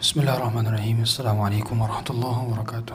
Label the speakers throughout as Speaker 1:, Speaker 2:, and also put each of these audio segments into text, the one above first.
Speaker 1: Bismillahirrahmanirrahim. Assalamualaikum warahmatullahi wabarakatuh.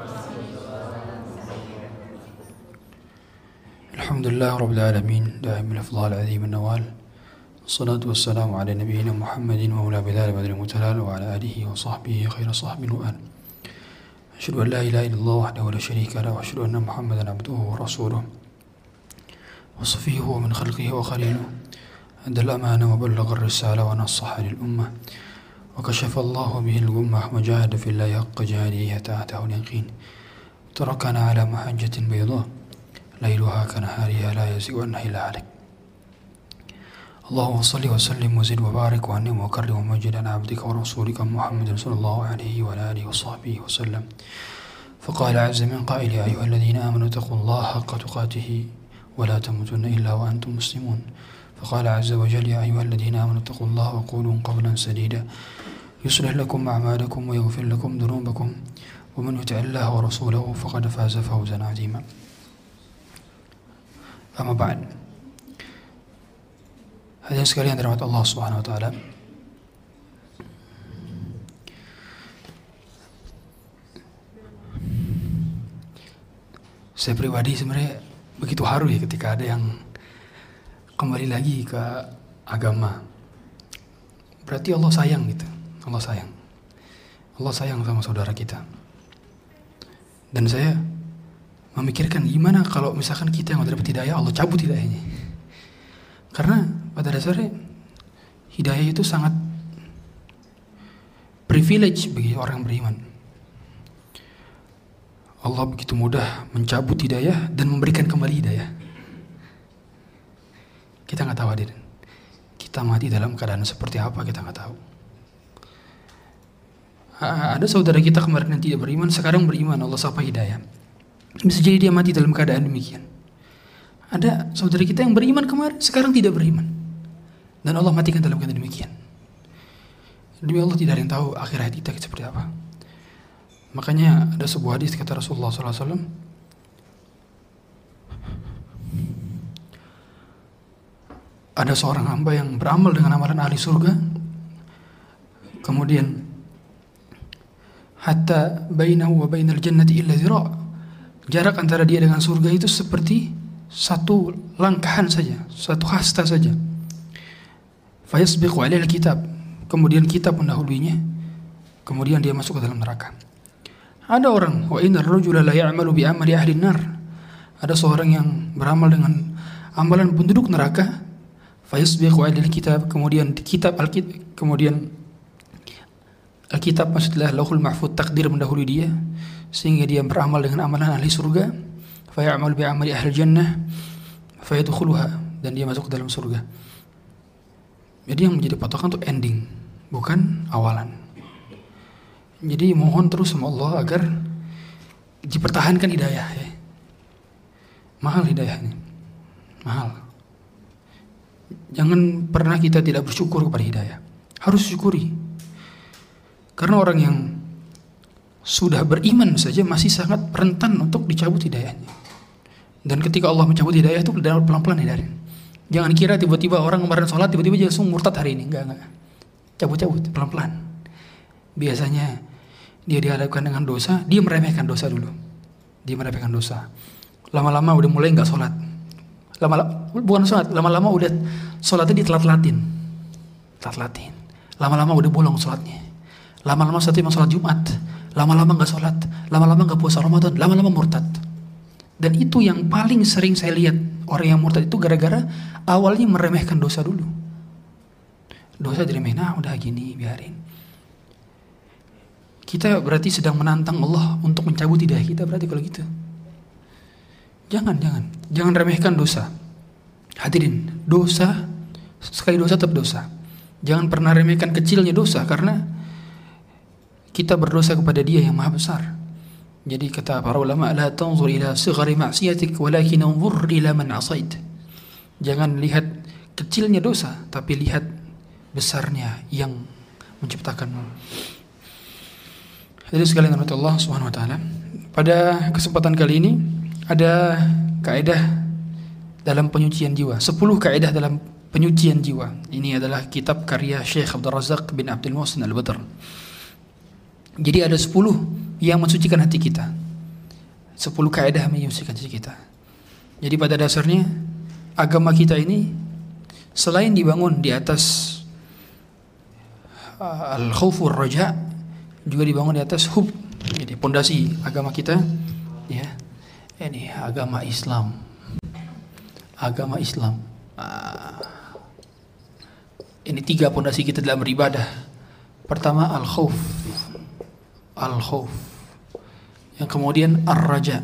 Speaker 1: Alhamdulillah rabbil alamin, da'imul afdal azim an-nawal. Assalatu wassalamu ala nabiyyina Muhammadin wa ala bilal badri mutalal wa ala alihi wa sahbihi khaira sahbin wa al. Asyhadu an la ilaha illallah wahdahu la syarika lahu wa asyhadu anna Muhammadan abduhu wa rasuluh. Wa safiyuhu min khalqihi wa khaliluhu. Adda al-amana wa ballagha ar-risala wa nasaha lil ummah. وكشف الله به الغمة وجاهد في الله حق جهاده حتى أتاه اليقين تركنا على محجة بيضاء ليلها كنهارها لا يزيغ عنها إلا هالك اللهم صل وسلم وزد وبارك وأنعم وكرم ومجد على عبدك ورسولك محمد صلى الله عليه وعلى آله وصحبه وسلم فقال عز من قائل يا أيها الذين آمنوا اتقوا الله حق تقاته ولا تموتن إلا وأنتم مسلمون فقال عز وجل يا أيها الذين آمنوا اتقوا الله وقولوا قولا سديدا يصلح لكم أعمالكم ويغفر لكم ذنوبكم ومن يطع الله ورسوله فقد فاز فوزا عظيما أما بعد. Hadirin sekalian dirahmati Allah Subhanahu wa taala. Saya pribadi sebenarnya begitu haru ya ketika ada yang kembali lagi ke agama. Berarti Allah sayang gitu. Allah sayang. Allah sayang sama saudara kita. Dan saya memikirkan gimana kalau misalkan kita yang udah dapat hidayah, Allah cabut hidayahnya. Karena pada dasarnya hidayah itu sangat privilege bagi orang beriman. Allah begitu mudah mencabut hidayah dan memberikan kembali hidayah. Kita nggak tahu hadirin. Kita mati dalam keadaan seperti apa kita nggak tahu. Ada saudara kita kemarin yang tidak beriman, sekarang beriman, Allah sapa hidayah. Bisa jadi dia mati dalam keadaan demikian. Ada saudara kita yang beriman kemarin, sekarang tidak beriman, dan Allah matikan dalam keadaan demikian. Demi Allah tidak ada yang tahu akhirat kita seperti apa. Makanya ada sebuah hadis kata Rasulullah SAW, ada seorang hamba yang beramal dengan amalan ahli surga, kemudian hatta bainahu wa bainal jannati illa zira'. Jarak antara dia dengan surga itu seperti satu langkahan saja, satu hasta saja. Fayasbiqu alaihi alkitab, kemudian kitab mendahuluinya, kemudian dia masuk ke dalam neraka. Ada orang, wa innar rajula la ya'malu bi amali ahli nar. Ada seorang yang beramal dengan amalan penduduk neraka. Fayasbiqu alaihi alkitab, kemudian kitab alkitab, kemudian Alkitab maksudnya Lauhul Mahfuz, takdir mendahului dia sehingga dia beramal dengan amalan ahli surga. Fa ya'mal bi amali ahli jannah fa yadkhuluha, dan dia masuk ke dalam surga. Jadi yang menjadi patokan itu ending, bukan awalan. Jadi mohon terus sama Allah agar dipertahankan hidayah ya. Mahal hidayah ini. Mahal. Jangan pernah kita tidak bersyukur kepada hidayah. Harus syukuri. Karena orang yang sudah beriman saja masih sangat rentan untuk dicabut hidayahnya. Dan ketika Allah mencabut hidayah itu pelan-pelan hidayah. Jangan kira tiba-tiba orang kemarin sholat tiba-tiba langsung murtad hari ini. Enggak. Cabut-cabut pelan-pelan. Biasanya dia dihadapkan dengan dosa, dia meremehkan dosa dulu. Dia meremehkan dosa. Lama-lama udah mulai enggak sholat. Lama-lama udah sholatnya ditelat-latin. Lama-lama udah bolong sholatnya. Lama-lama satu memang sholat Jumat, lama-lama gak sholat, lama-lama gak puasa Ramadan, lama-lama murtad. Dan itu yang paling sering saya lihat, orang yang murtad itu gara-gara awalnya meremehkan dosa dulu. Dosa diremehin, udah gini, biarin. Kita berarti sedang menantang Allah untuk mencabut hidayah kita, berarti kalau gitu. Jangan remehkan dosa. Hadirin, dosa, sekali dosa tetap dosa. Jangan pernah remehkan kecilnya dosa, karena kita berdosa kepada Dia yang Maha Besar. Jadi kata para ulama, la tanzur ila sighari ma'siyatik walakin anzur ila man 'asait. Jangan lihat kecilnya dosa, tapi lihat besarnya yang menciptakanmu. Jadi sekalian rahmat Allah Subhanahu wa taala, pada kesempatan kali ini ada kaidah dalam penyucian jiwa. 10 kaidah dalam penyucian jiwa. Ini adalah kitab karya Syekh Abdul Razak bin Abdul Muhsin Al-Badr. Jadi ada 10 yang mensucikan hati kita. 10 kaidah yang mensucikan hati kita. Jadi pada dasarnya agama kita ini selain dibangun di atas al-khauf wal raja, juga dibangun di atas hub. Jadi pondasi agama kita ya. Ini agama Islam. Agama Islam. Ini 3 pondasi kita dalam beribadah. Pertama al-khauf. Al-khauf. Yang kemudian ar-raja.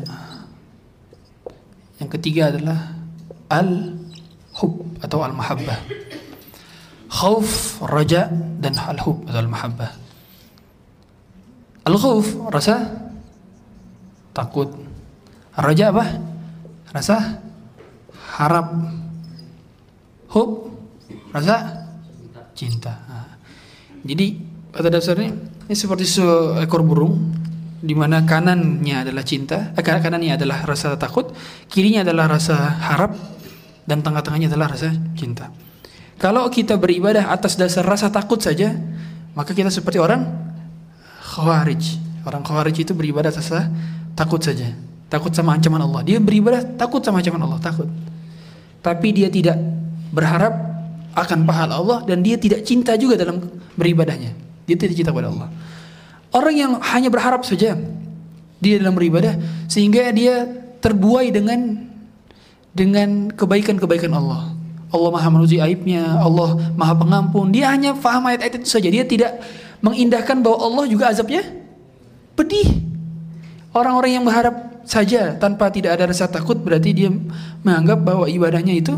Speaker 1: Yang ketiga adalah al-hub atau al-mahabbah. Khauf, raja, dan al-hub atau al-mahabbah. Al-khauf, rasa takut. Raja apa? Rasa harap. Hub, rasa cinta. Jadi pada dasarnya ini seperti seekor burung, di mana kanannya adalah cinta, kanannya adalah rasa takut, kirinya adalah rasa harap, dan tengah-tengahnya adalah rasa cinta. Kalau kita beribadah atas dasar rasa takut saja, maka kita seperti orang Khawarij. Orang Khawarij itu beribadah atas rasa takut saja, takut sama ancaman Allah. Dia beribadah takut sama ancaman Allah, takut. Tapi dia tidak berharap akan pahala Allah, dan dia tidak cinta juga dalam beribadahnya. Dia tidak cinta kepada Allah. Orang yang hanya berharap saja dia dalam beribadah, sehingga dia terbuai dengan kebaikan-kebaikan Allah. Allah Maha menutupi aibnya, Allah Maha pengampun. Dia hanya faham ayat-ayat itu saja. Dia tidak mengindahkan bahwa Allah juga azabnya pedih. Orang-orang yang berharap saja tanpa tidak ada rasa takut, berarti dia menganggap bahwa ibadahnya itu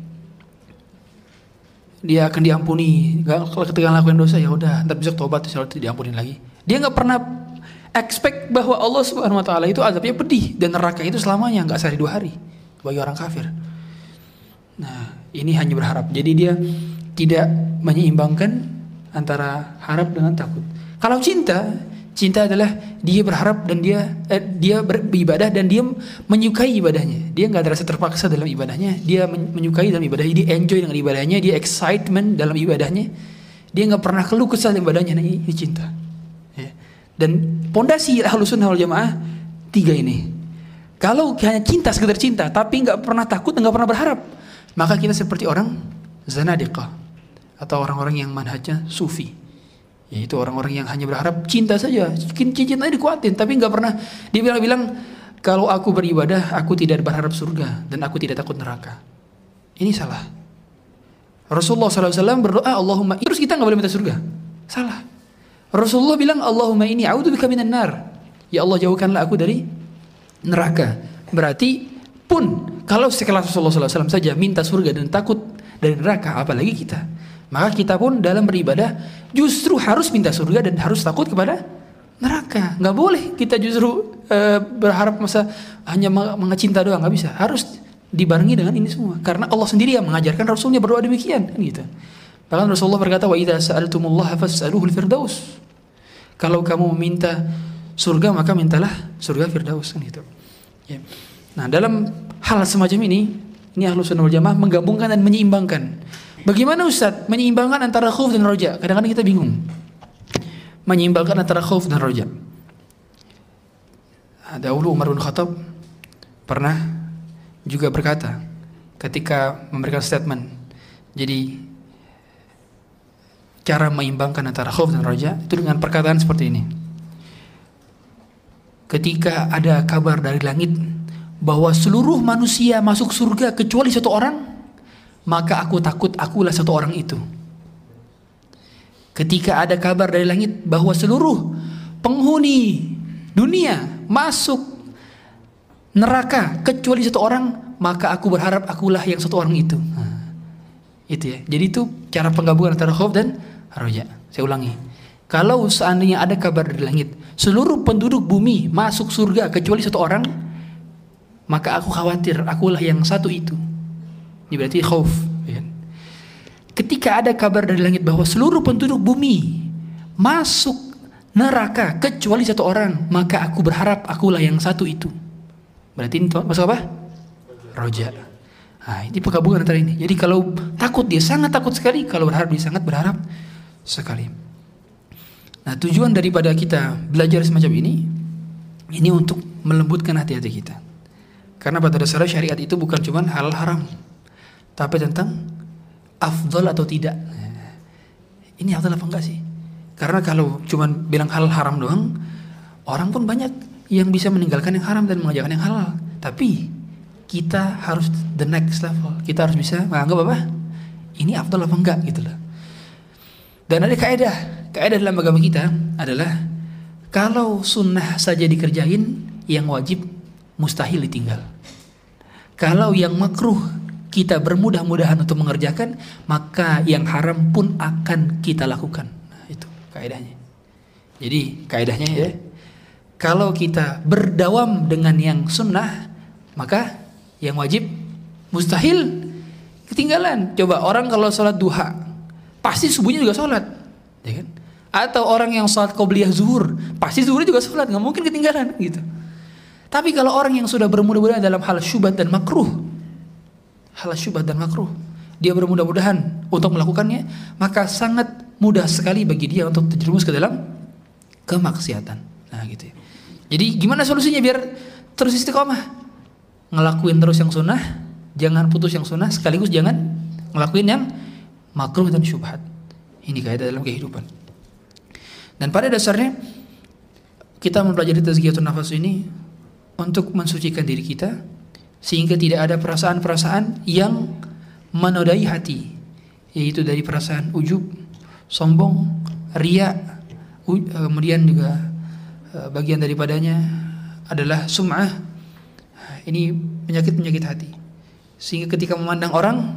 Speaker 1: dia akan diampuni. Kalau ketika melakukan dosa, ya udah, ntar besok tobat, insya Allah diampuni lagi. Dia nggak pernah expect bahwa Allah Subhanahu Wa Taala itu azabnya pedih dan neraka itu selamanya, nggak sehari 2 hari bagi orang kafir. Nah, ini hanya berharap. Jadi dia tidak menyeimbangkan antara harap dengan takut. Kalau cinta adalah dia berharap dan dia beribadah dan dia menyukai ibadahnya. Dia nggak ada rasa terpaksa dalam ibadahnya. Dia menyukai dalam ibadahnya. Dia enjoy dengan ibadahnya. Dia excitement dalam ibadahnya. Dia nggak pernah keluh kesah dalam ibadahnya. Nah, ini cinta. Ya. Dan pondasi Ahlus Sunnah wal Jamaah 3 ini. Kalau hanya cinta, sekedar cinta, tapi nggak pernah takut dan nggak pernah berharap, maka kita seperti orang zanadiqah atau orang-orang yang manhajnya sufi, yaitu orang-orang yang hanya berharap cinta saja, cintanya dikuatin, tapi nggak pernah dia bilang kalau aku beribadah aku tidak berharap surga dan aku tidak takut neraka. Ini salah. Rasulullah SAW berdoa Allahumma, terus kita nggak boleh minta surga, salah. Rasulullah bilang Allahumma inni a'udzubika minan nar, ya Allah jauhkanlah aku dari neraka. Berarti pun kalau sekelas Rasulullah SAW saja minta surga dan takut dari neraka, apalagi kita. Maka kita pun dalam beribadah justru harus minta surga dan harus takut kepada neraka. Nggak boleh kita justru berharap masa hanya mengecinta doang, nggak bisa. Harus dibarengi dengan ini semua. Karena Allah sendiri yang mengajarkan Rasulnya berdoa demikian, kan gitu. Bahkan Rasulullah berkata, wa idza sa'altumullaha fas'aluhul firdaus. Kalau kamu meminta surga, maka mintalah surga firdaus, kan gitu. Ya. Nah, dalam hal semacam ini Ahlus Sunnah wal Jamaah menggabungkan dan menyeimbangkan. Bagaimana Ustaz menyeimbangkan antara khauf dan roja? Kadang-kadang kita bingung menyeimbangkan antara khauf dan roja. Dahulu Umar bin Khattab pernah juga berkata ketika memberikan statement. Jadi cara menyeimbangkan antara khauf dan roja itu dengan perkataan seperti ini. Ketika ada kabar dari langit bahwa seluruh manusia masuk surga kecuali 1 orang, maka aku takut akulah 1 orang itu. Ketika ada kabar dari langit bahwa seluruh penghuni dunia masuk neraka kecuali 1 orang, maka aku berharap akulah yang 1 orang itu. Nah, itu ya. Jadi itu cara penggabungan antara khauf dan roja. Saya ulangi. Kalau seandainya ada kabar dari langit, seluruh penduduk bumi masuk surga kecuali 1 orang, maka aku khawatir akulah yang 1 itu. Ini berarti khauf. Ya. Ketika ada kabar dari langit bahwa seluruh penduduk bumi masuk neraka kecuali 1 orang, maka aku berharap akulah yang 1 itu. Berarti ini masuk apa? Roja. Nah, ini penggabungan antara ini. Jadi kalau takut dia sangat takut sekali, kalau berharap dia sangat berharap sekali. Nah, tujuan daripada kita belajar semacam ini untuk melembutkan hati-hati kita. Karena pada dasarnya syariat itu bukan cuma halal haram, tapi tentang afdol atau tidak. Ini afdol apa enggak sih? Karena kalau cuma bilang halal haram doang, orang pun banyak yang bisa meninggalkan yang haram dan mengerjakan yang halal. Tapi kita harus the next level. Kita harus bisa menganggap apa? Ini afdol apa enggak gitu loh. Dan ada kaidah dalam agama kita adalah kalau sunnah saja dikerjain, yang wajib mustahil ditinggal. Kalau yang makruh kita bermudah-mudahan untuk mengerjakan, maka yang haram pun akan kita lakukan. Nah, itu kaidahnya. Jadi kaidahnya ya, kalau kita berdawam dengan yang sunnah, maka yang wajib mustahil ketinggalan. Coba orang kalau sholat duha, pasti subuhnya juga sholat, ya kan? Atau orang yang sholat qobliyah zuhur, pasti zuhurnya juga sholat, nggak mungkin ketinggalan gitu. Tapi kalau orang yang sudah bermudah-mudahan dalam hal syubhat dan makruh, dia bermudah-mudahan untuk melakukannya, maka sangat mudah sekali bagi dia untuk terjerumus ke dalam kemaksiatan. Nah gitu ya. Jadi gimana solusinya biar terus istiqomah? Ngelakuin terus yang sunnah, jangan putus yang sunnah, sekaligus jangan ngelakuin yang makruh dan syubhat. Ini kaidah dalam kehidupan. Dan pada dasarnya kita mempelajari tazkiyatun nafas ini untuk mensucikan diri kita sehingga tidak ada perasaan-perasaan yang menodai hati, yaitu dari perasaan ujub, sombong, riya, kemudian juga bagian daripadanya adalah sum'ah. Ini penyakit-penyakit hati. Sehingga ketika memandang orang,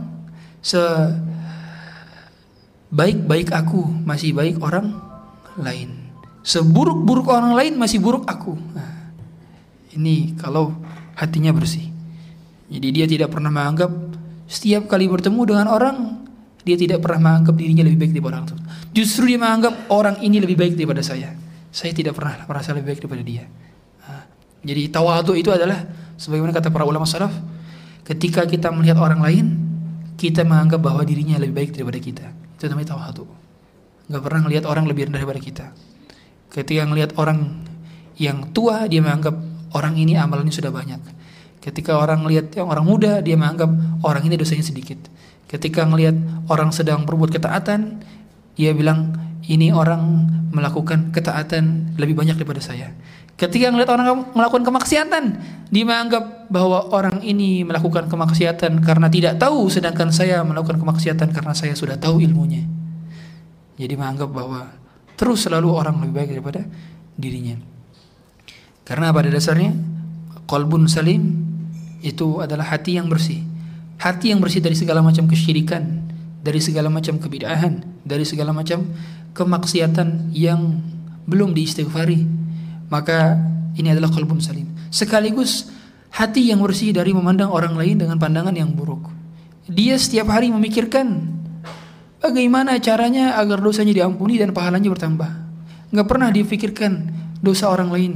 Speaker 1: sebaik-baik aku masih baik orang lain, seburuk-buruk orang lain masih buruk aku. Nah, ini kalau hatinya bersih. Jadi dia tidak pernah menganggap setiap kali bertemu dengan orang, dia tidak pernah menganggap dirinya lebih baik daripada orang itu. Justru dia menganggap orang ini lebih baik daripada saya. Saya tidak pernah merasa lebih baik daripada dia. Nah, jadi tawadhu itu adalah sebagaimana kata para ulama salaf, ketika kita melihat orang lain, kita menganggap bahwa dirinya lebih baik daripada kita. Itu namanya tawadhu. Gak pernah ngelihat orang lebih rendah daripada kita. Ketika ngelihat orang yang tua, dia menganggap orang ini amalannya sudah banyak. Ketika orang ngelihat yang orang muda, dia menganggap orang ini dosanya sedikit. Ketika ngelihat orang sedang berbuat ketaatan, dia bilang ini orang melakukan ketaatan lebih banyak daripada saya. Ketika ngelihat orang melakukan kemaksiatan, dia menganggap bahwa orang ini melakukan kemaksiatan karena tidak tahu, sedangkan saya melakukan kemaksiatan karena saya sudah tahu ilmunya. Jadi menganggap bahwa terus selalu orang lebih baik daripada dirinya. Karena pada dasarnya qalbun salim itu adalah hati yang bersih. Hati yang bersih dari segala macam kesyirikan, dari segala macam kebid'ahan, dari segala macam kemaksiatan yang belum diistighfari. Maka ini adalah qalbun salim. Sekaligus hati yang bersih dari memandang orang lain dengan pandangan yang buruk. Dia setiap hari memikirkan bagaimana caranya agar dosanya diampuni dan pahalanya bertambah. Gak pernah difikirkan dosa orang lain.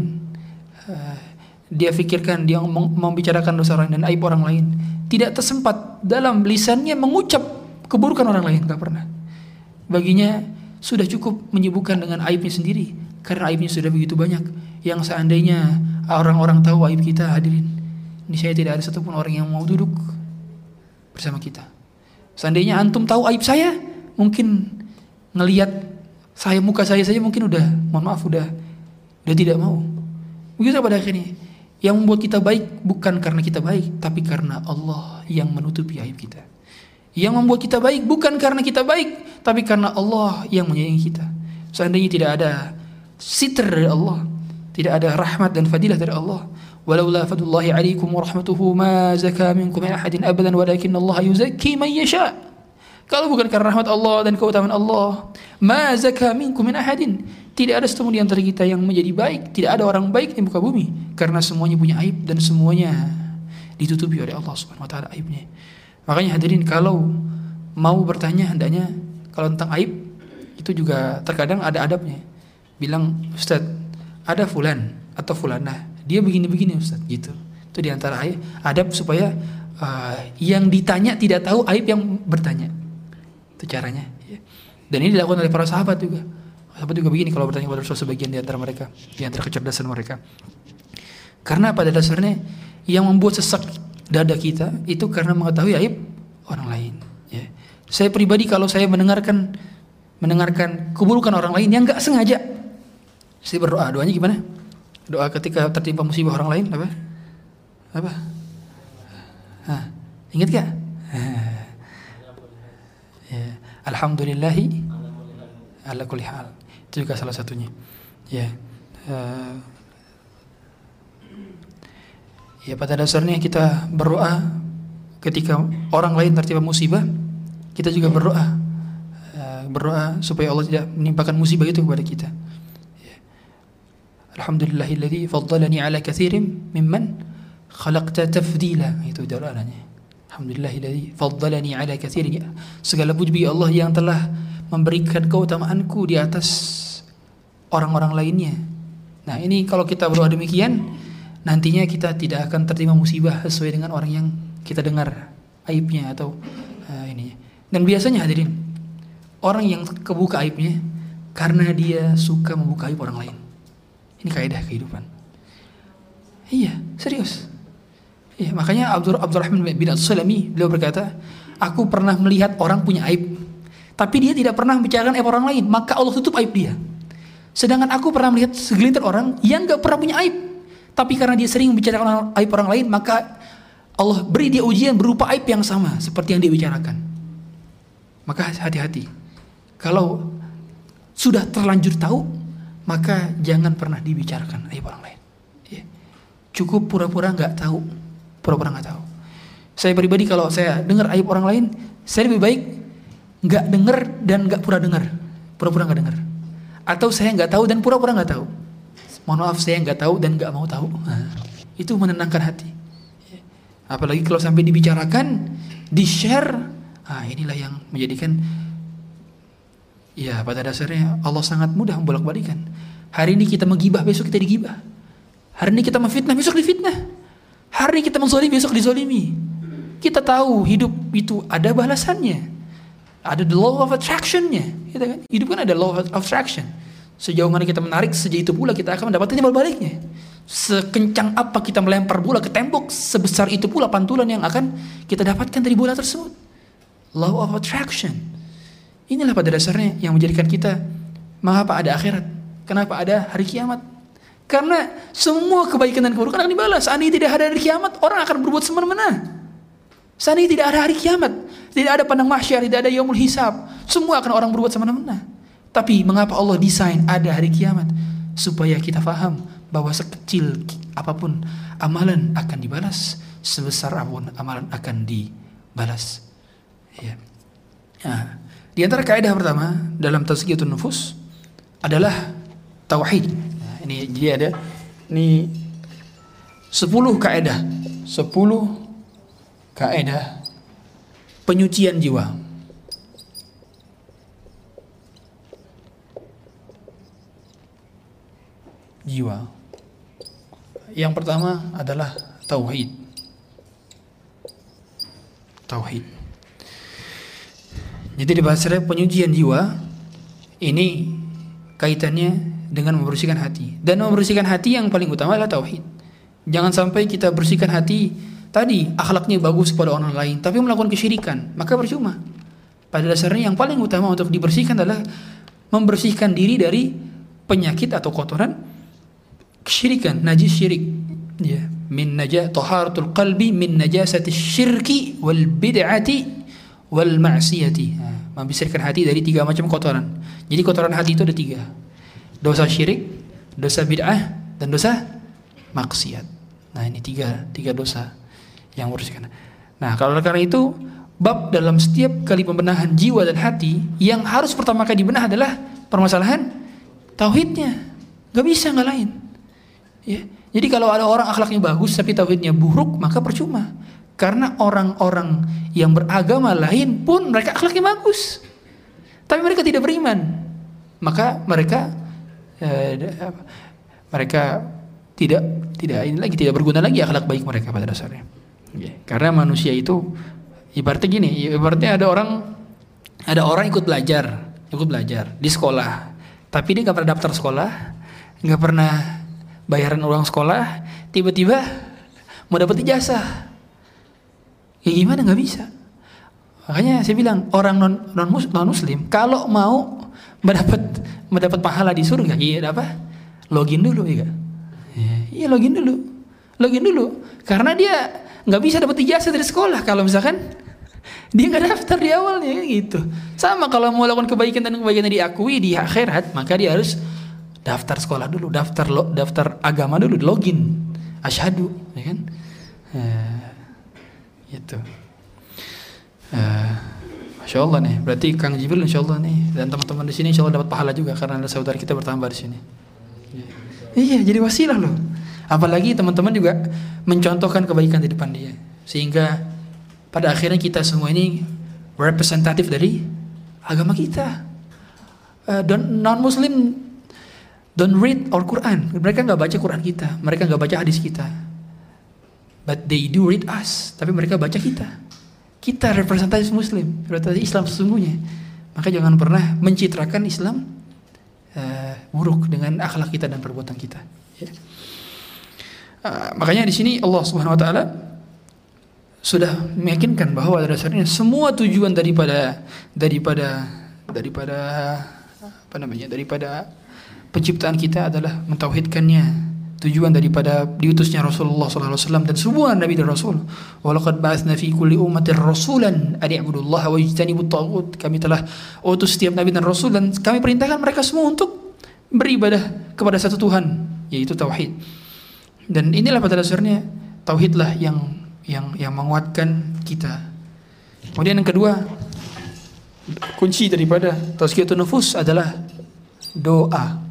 Speaker 1: Dia fikirkan, dia membicarakan dosa orang dan aib orang lain. Tidak tersempat dalam lisannya mengucap keburukan orang lain, gak pernah. Baginya sudah cukup menyibukkan dengan aibnya sendiri, karena aibnya sudah begitu banyak. Yang seandainya orang-orang tahu aib kita, hadirin, ini saya tidak ada satupun orang yang mau duduk bersama kita. Seandainya antum tahu aib saya, mungkin ngelihat saya, muka saya saja mungkin udah, mohon maaf, udah tidak mau. Begitu pada akhirnya. Yang membuat kita baik bukan karena kita baik, tapi karena Allah yang menutupi aib kita. Yang membuat kita baik bukan karena kita baik, tapi karena Allah yang menyayangi kita. Seandainya tidak ada sitr dari Allah, tidak ada rahmat dan fadilah dari Allah, walaula fadlullahi alaikum wa rahmatuhu ma zaka minkum min ahadin abadan walakin Allah yuzakki man yasha. Kalau bukan karena rahmat Allah dan keutamaan Allah, ma zaka minkum min ahadin, tidak ada satu di antara kita yang menjadi baik. Tidak ada orang baik di muka bumi, karena semuanya punya aib dan semuanya ditutupi oleh Allah Subhanahu wa taala aibnya. Makanya hadirin, kalau mau bertanya hendaknya kalau tentang aib itu juga terkadang ada adabnya. Bilang, Ustaz, ada fulan atau fulanah, dia begini-begini Ustaz, gitu. Itu di antara adab supaya yang ditanya tidak tahu aib yang bertanya. Itu caranya. Dan ini dilakukan oleh para sahabat juga. Sahabat juga begini kalau bertanya kepada Rasul sebagian di antara mereka, di antara kecerdasan mereka. Karena pada dasarnya yang membuat sesak dada kita itu karena mengetahui aib orang lain. Ya. Saya pribadi kalau saya mendengarkan keburukan orang lain yang nggak sengaja, saya berdoa. Doanya gimana? Doa ketika tertimpa musibah orang lain apa? Apa? Ingat gak? Ya. Alhamdulillahi ala kulli hal. Itu juga salah satunya. Ya. Ya pada dasarnya kita berdoa ketika orang lain tertimpa musibah, kita juga berdoa supaya Allah tidak menimpakan musibah itu kepada kita. Ya. Alhamdulillahilladzi faddalani ala katsirin mimman khalaqta tafdila. Itu doanya. Alhamdulillahilladzi faddalani ala katsirin. Segala puji bagi Allah yang telah memberikan keutamaanku di atas orang-orang lainnya. Nah, ini kalau kita berdoa demikian, nantinya kita tidak akan tertimpa musibah sesuai dengan orang yang kita dengar aibnya atau ini. Dan biasanya hadirin, orang yang kebuka aibnya karena dia suka membuka aib orang lain. Ini kaidah kehidupan. Iya, serius. Iya, makanya Abdurrahman bin As-Sulami beliau berkata, aku pernah melihat orang punya aib, tapi dia tidak pernah membicarakan aib orang lain, maka Allah tutup aib dia. Sedangkan aku pernah melihat segelintir orang yang gak pernah punya aib, tapi karena dia sering membicarakan aib orang lain, maka Allah beri dia ujian berupa aib yang sama seperti yang dia bicarakan. Maka hati-hati. Kalau sudah terlanjur tahu, maka jangan pernah dibicarakan aib orang lain. Ya. Cukup pura-pura nggak tahu, Saya pribadi kalau saya dengar aib orang lain, saya lebih baik nggak dengar dan nggak pura-pura nggak dengar. Atau saya nggak tahu dan pura-pura nggak tahu. Mohon maaf, saya nggak tahu dan nggak mau tahu. Nah, itu menenangkan hati. Apalagi kalau sampai dibicarakan, di-share, inilah yang menjadikan, ya pada dasarnya Allah sangat mudah membolak-balikan. Hari ini kita menggibah, besok kita digibah. Hari ini kita memfitnah, besok difitnah. Hari ini kita menzalimi, besok dizalimi. Kita tahu hidup itu ada balasannya, ada the law of attraction-nya. Gitu kan? Hidup kan ada law of attraction. Sejauh mana kita menarik, sejauh itu pula kita akan mendapatkan timbal baliknya. Sekencang apa kita melempar bola ke tembok, sebesar itu pula pantulan yang akan kita dapatkan dari bola tersebut. Law of attraction. Inilah pada dasarnya yang menjadikan kita, mengapa ada akhirat? Kenapa ada hari kiamat? Karena semua kebaikan dan keburukan akan dibalas. Seandainya tidak ada hari kiamat, orang akan berbuat semena-mena. Seandainya tidak ada hari kiamat, tidak ada padang mahsyar, tidak ada yaumul hisab, semua akan orang berbuat semena-mena. Tapi mengapa Allah desain ada hari kiamat? Supaya kita faham bahwa sekecil apapun amalan akan dibalas, sebesar apapun amalan akan dibalas. Ya. Nah, di antara kaidah pertama dalam tazkiyatun nufus adalah tauhid. Nah, ini jadi ada 10 kaidah penyucian jiwa. Yang pertama adalah tauhid. Jadi di bahasa penyucian jiwa ini kaitannya dengan membersihkan hati. Dan membersihkan hati yang paling utama adalah tauhid. Jangan sampai kita bersihkan hati tadi akhlaknya bagus pada orang lain tapi melakukan kesyirikan, maka percuma. Pada dasarnya yang paling utama untuk dibersihkan adalah membersihkan diri dari penyakit atau kotoran kesyirikan, najis syirik. Ya, min taharatul qalbi min najasati syirki wal bid'ati wal ma'siyati. Membersihkan hati dari 3 macam kotoran. Jadi kotoran hati itu ada 3. Dosa syirik, dosa bid'ah, dan dosa maksiat. Nah, ini tiga dosa yang membersihkan. Nah, kalau karena itu bab dalam setiap kali pembenahan jiwa dan hati yang harus pertama kali dibenah adalah permasalahan tauhidnya. Gak bisa nggak lain. Ya. Jadi kalau ada orang akhlaknya bagus tapi tauhidnya buruk, maka percuma. Karena orang-orang yang beragama lain pun mereka akhlaknya bagus, tapi mereka tidak beriman. Maka mereka tidak berguna lagi akhlak baik mereka pada dasarnya. Ya. Karena manusia itu ibaratnya gini, ibaratnya ada orang ikut belajar di sekolah. Tapi dia nggak pernah daftar sekolah, nggak pernah bayaran uang sekolah, tiba-tiba mau dapat ijazah. Ya gimana, nggak bisa. Makanya saya bilang orang non muslim kalau mau mendapat pahala di surga, iya apa? Login dulu, ya. Iya login dulu. Karena dia nggak bisa dapat ijazah dari sekolah kalau misalkan dia nggak daftar di awalnya gitu. Sama kalau mau lakukan kebaikan dan kebaikan yang diakui di akhirat, maka dia harus daftar sekolah dulu, daftar agama dulu, login, asyhadu, ya kan? Gitu. Masya Allah nih, berarti Kang Jibril Insya Allah nih dan teman-teman di sini Insya Allah dapat pahala juga karena ada saudara kita bertambah di sini. Iya, jadi wasilah loh. Apalagi teman-teman juga mencontohkan kebaikan di depan dia, sehingga pada akhirnya kita semua ini representatif dari agama kita. Non-Muslim don't read our Quran. Mereka nggak baca Quran kita, mereka nggak baca hadis kita. But they do read us. Tapi mereka baca kita. Kita representatif Muslim, representatif Islam sesungguhnya. Maka jangan pernah mencitrakan Islam buruk dengan akhlak kita dan perbuatan kita. Ya. Makanya di sini Allah Subhanahu Wa Taala sudah meyakinkan bahwa pada dasarnya semua tujuan daripada penciptaan kita adalah mentauhidkannya. Tujuan daripada diutusnya Rasulullah SAW dan semua Nabi dan Rasul. Walaqad ba'atsna fi kulli ummatin rasulan an i'budullaha wa yajtanibut taghut. Kami telah utus setiap Nabi dan Rasul dan kami perintahkan mereka semua untuk beribadah kepada satu Tuhan, yaitu tauhid. Dan inilah pada dasarnya tauhidlah yang menguatkan kita. Kemudian yang kedua, kunci daripada tazkiyatun nufus adalah doa.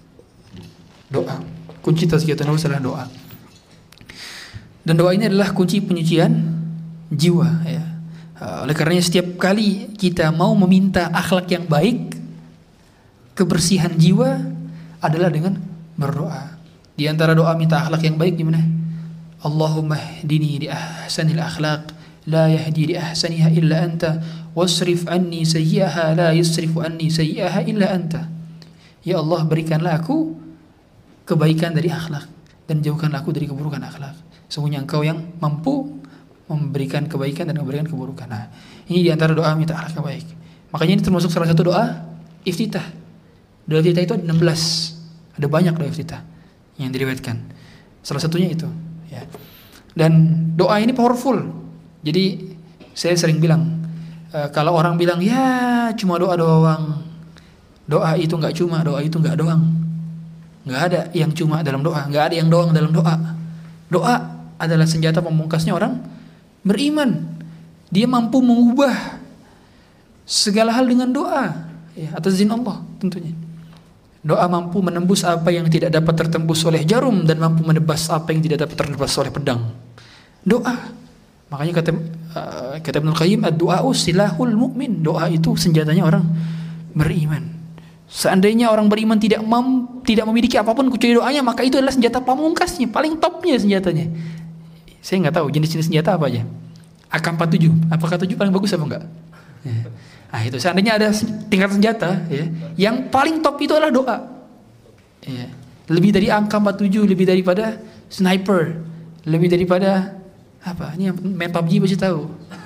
Speaker 1: Kunci tazkiyatun nufus adalah doa. Dan doa ini adalah kunci penyucian jiwa, ya. Oleh karenanya setiap kali kita mau meminta akhlak yang baik, kebersihan jiwa adalah dengan berdoa. Di antara doa minta akhlak yang baik gimana? Allahumma hdini li ahsanil akhlaq la yahdi li ahsaniha illa anta wasrif anni sayyi'aha la yusrifu anni sayyi'aha illa anta. Ya Allah, berikanlah aku kebaikan dari akhlak dan jauhkanlah aku dari keburukan akhlak. Sesungguhnya Engkau yang mampu memberikan kebaikan dan memberikan keburukan. Nah, ini di antara doa minta akhlak yang baik. Makanya ini termasuk salah satu doa iftitah. Doa iftitah itu ada 16. Ada banyak doa iftitah yang diriwayatkan. Salah satunya itu, ya. Dan doa ini powerful. Jadi saya sering bilang, kalau orang bilang ya cuma doa doang, doa itu nggak cuma, doa itu nggak doang. Nggak ada yang cuma dalam doa, nggak ada yang doang dalam doa. Doa adalah senjata pamungkasnya orang beriman. Dia mampu mengubah segala hal dengan doa, ya, atas izin Allah tentunya. Doa mampu menembus apa yang tidak dapat tertembus oleh jarum dan mampu menebas apa yang tidak dapat tertebas oleh pedang. Doa. Makanya kata Ibnu Qayyim, ad-du'a'u silahul mu'min. Doa itu senjatanya orang beriman. Seandainya orang beriman tidak memiliki apapun kecuali doanya, maka itu adalah senjata pamungkasnya, paling topnya senjatanya. Saya nggak tahu jenis-jenis senjata apa aja. AK-47, apakah 7 paling bagus apa enggak? Ya. Nah itu seandainya ada tingkat senjata, ya, yang paling top itu adalah doa. Ya. Lebih dari AK-47, lebih daripada sniper, lebih daripada apa? Ini yang main PUBG pasti tahu.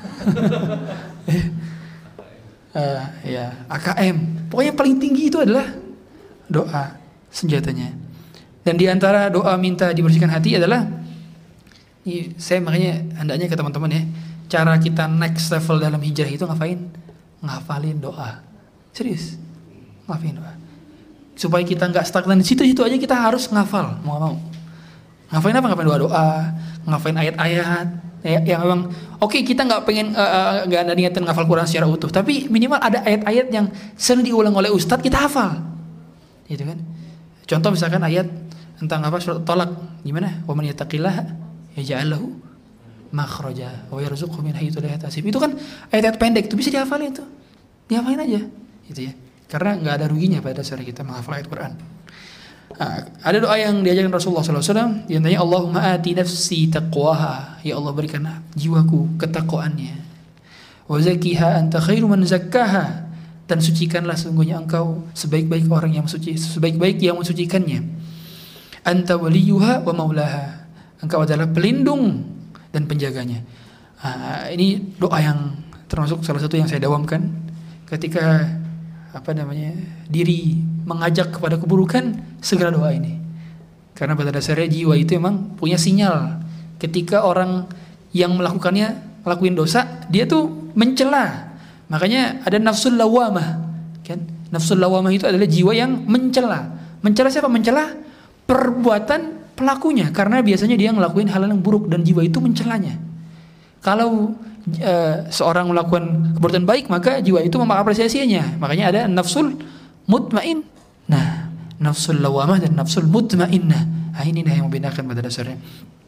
Speaker 1: Ya, AKM. Pokoknya paling tinggi itu adalah doa, senjatanya. Dan di antara doa minta dibersihkan hati adalah, ini saya makanya hendaknya ke teman-teman ya, cara kita next level dalam hijrah itu ngafalin doa. Serius, ngafalin doa. Supaya kita nggak stagnan di situ-situ aja, kita harus ngafal, mau nggak mau. Ngafalin apa? Ngafalin doa-doa, ngafalin ayat-ayat. Yang memang oke, kita nggak pengen nggak ada niatan ngafal Quran secara utuh, tapi minimal ada ayat-ayat yang sering diulang oleh ustadz kita hafal, gitu kan? Contoh misalkan ayat tentang apa, surat Tolak, gimana? Wa man yattaqillaha yaj'al lahu makhraja wa yarzuqhu min haitsu la yahtasib. Itu kan ayat-ayat pendek, itu bisa dihafalin tuh, dihafalin aja, gitu ya. Karena nggak ada ruginya pada dasarnya kita menghafal ayat Quran. Nah, ada doa yang diajarkan Rasulullah SAW, diantaranya Allahumma ati nafsi taqwaha, ya Allah berikan jiwaku ketakwaannya, wa zakkiha anta khairu man zakkaha, dan sucikanlah sesungguhnya engkau sebaik-baik orang yang mensuci, sebaik-baik yang mensucikannya. Anta waliyuha wa maulaha. Engkau adalah pelindung dan penjaganya. Ini doa yang termasuk salah satu yang saya dawamkan ketika diri mengajak kepada keburukan, segera doa ini. Karena pada dasarnya jiwa itu memang punya sinyal. Ketika orang yang ngelakuin dosa, dia tuh mencela. Makanya ada nafsul lawamah, kan? Nafsul lawamah itu adalah jiwa yang mencela. Mencela siapa? Mencela perbuatan pelakunya, karena biasanya dia ngelakuin hal yang buruk dan jiwa itu mencelanya. Kalau seorang melakukan perbuatan baik, maka jiwa itu mengapresiasinya. Makanya ada nafsul mutmain. Nah, nafsul lawamah dan nafsul mutmainnah. Ini yang membedakan pada dasarnya.